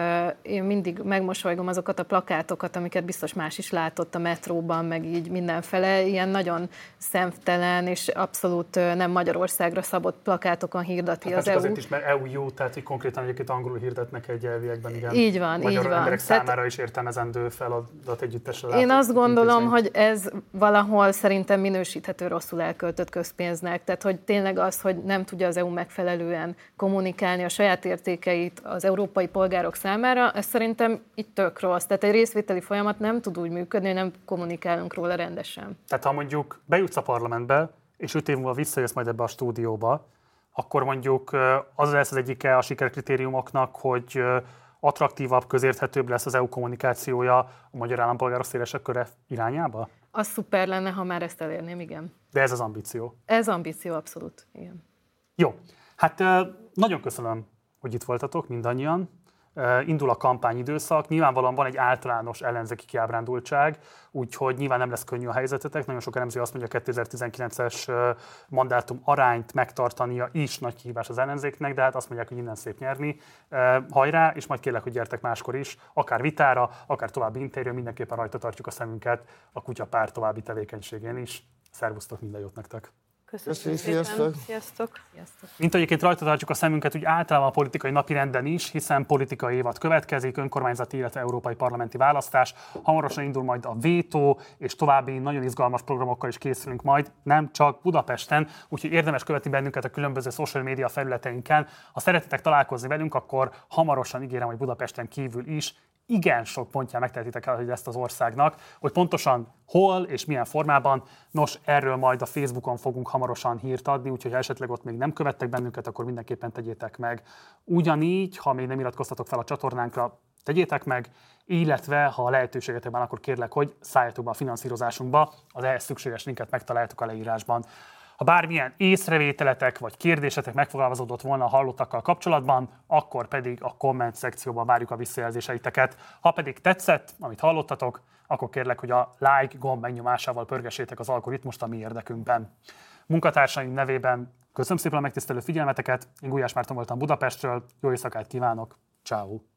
Én mindig megmosolygom azokat a plakátokat, amiket biztos más is látott a metróban, meg így mindenfele. Ilyen nagyon szemtelen és abszolút nem Magyarországra szabott plakátokon hirdeti hát az é u. Azért is, mert é u jó, tehát hogy konkrétan egyébként angolul hirdetnek egy elviekben, igen. Így van, magyar így van. emberek Tehát számára is értelmezendő feladat együttes. Én azt gondolom, hogy ez valahol szerintem minősíthető rosszul elköltött közpénznek. Tehát, hogy tényleg az, hogy nem tudja az é u megfelelően kommunikálni a saját értékeit az európai polgárok számára, ez szerintem itt tök rossz. Tehát egy részvételi folyamat nem tud úgy működni, hogy nem kommunikálunk róla rendesen. Tehát ha mondjuk bejutsz a parlamentbe, és öt év múlva visszajössz majd ebbe a stúdióba, akkor mondjuk az lesz az egyike a sikerkritériumoknak, hogy attraktívabb, közérthetőbb lesz az é u kommunikációja a magyar állampolgárok szélesebb köre irányába? Az szuper lenne, ha már ezt elérném, igen. De ez az ambíció. Ez ambíció, abszolút, igen. Jó, hát nagyon köszönöm, hogy itt voltatok mindannyian. Indul a kampányidőszak, nyilvánvalóan van egy általános ellenzéki kiábrándultság, úgyhogy nyilván nem lesz könnyű a helyzetetek. Nagyon sok elemző azt mondja, a kétezer-tizenkilences mandátum arányt megtartania is nagy kihívás az ellenzéknek, de hát azt mondják, hogy innen szép nyerni. Hajrá, és majd kérlek, hogy gyertek máskor is, akár vitára, akár további interjú, mindenképpen rajta tartjuk a szemünket a kutyapárt további tevékenységén is. Szervusztok, minden jót nektek! Köszönöm szépen. Sziasztok. Sziasztok. Sziasztok. Mint egyébként rajta tartjuk a szemünket úgy általában a politikai napirenden is, hiszen politikai évad következik, önkormányzati, illetve európai parlamenti választás. Hamarosan indul majd a vétó, és további nagyon izgalmas programokkal is készülünk majd, nem csak Budapesten, úgyhogy érdemes követni bennünket a különböző social media felületeinken. Ha szeretnétek találkozni velünk, akkor hamarosan ígérem, hogy Budapesten kívül is igen sok pontján megtehetitek el, hogy ezt az országnak, hogy pontosan hol és milyen formában. Nos, erről majd a Facebookon fogunk hamarosan hírt adni, úgyhogy ha esetleg ott még nem követtek bennünket, akkor mindenképpen tegyétek meg. Ugyanígy, ha még nem iratkoztatok fel a csatornánkra, tegyétek meg, illetve ha a lehetőségetek van, akkor kérlek, hogy szálljatok be a finanszírozásunkba, az ehhez szükséges linket megtaláljátok a leírásban. Ha bármilyen észrevételetek vagy kérdésetek megfogalmazódott volna a hallottakkal kapcsolatban, akkor pedig a komment szekcióban várjuk a visszajelzéseiteket. Ha pedig tetszett, amit hallottatok, akkor kérlek, hogy a like gomb megnyomásával pörgessétek az algoritmust a mi érdekünkben. Munkatársaim nevében köszönöm szépen a megtisztelő figyelmeteket, én Gulyás Márton voltam Budapestről, jó éjszakát kívánok, ciao.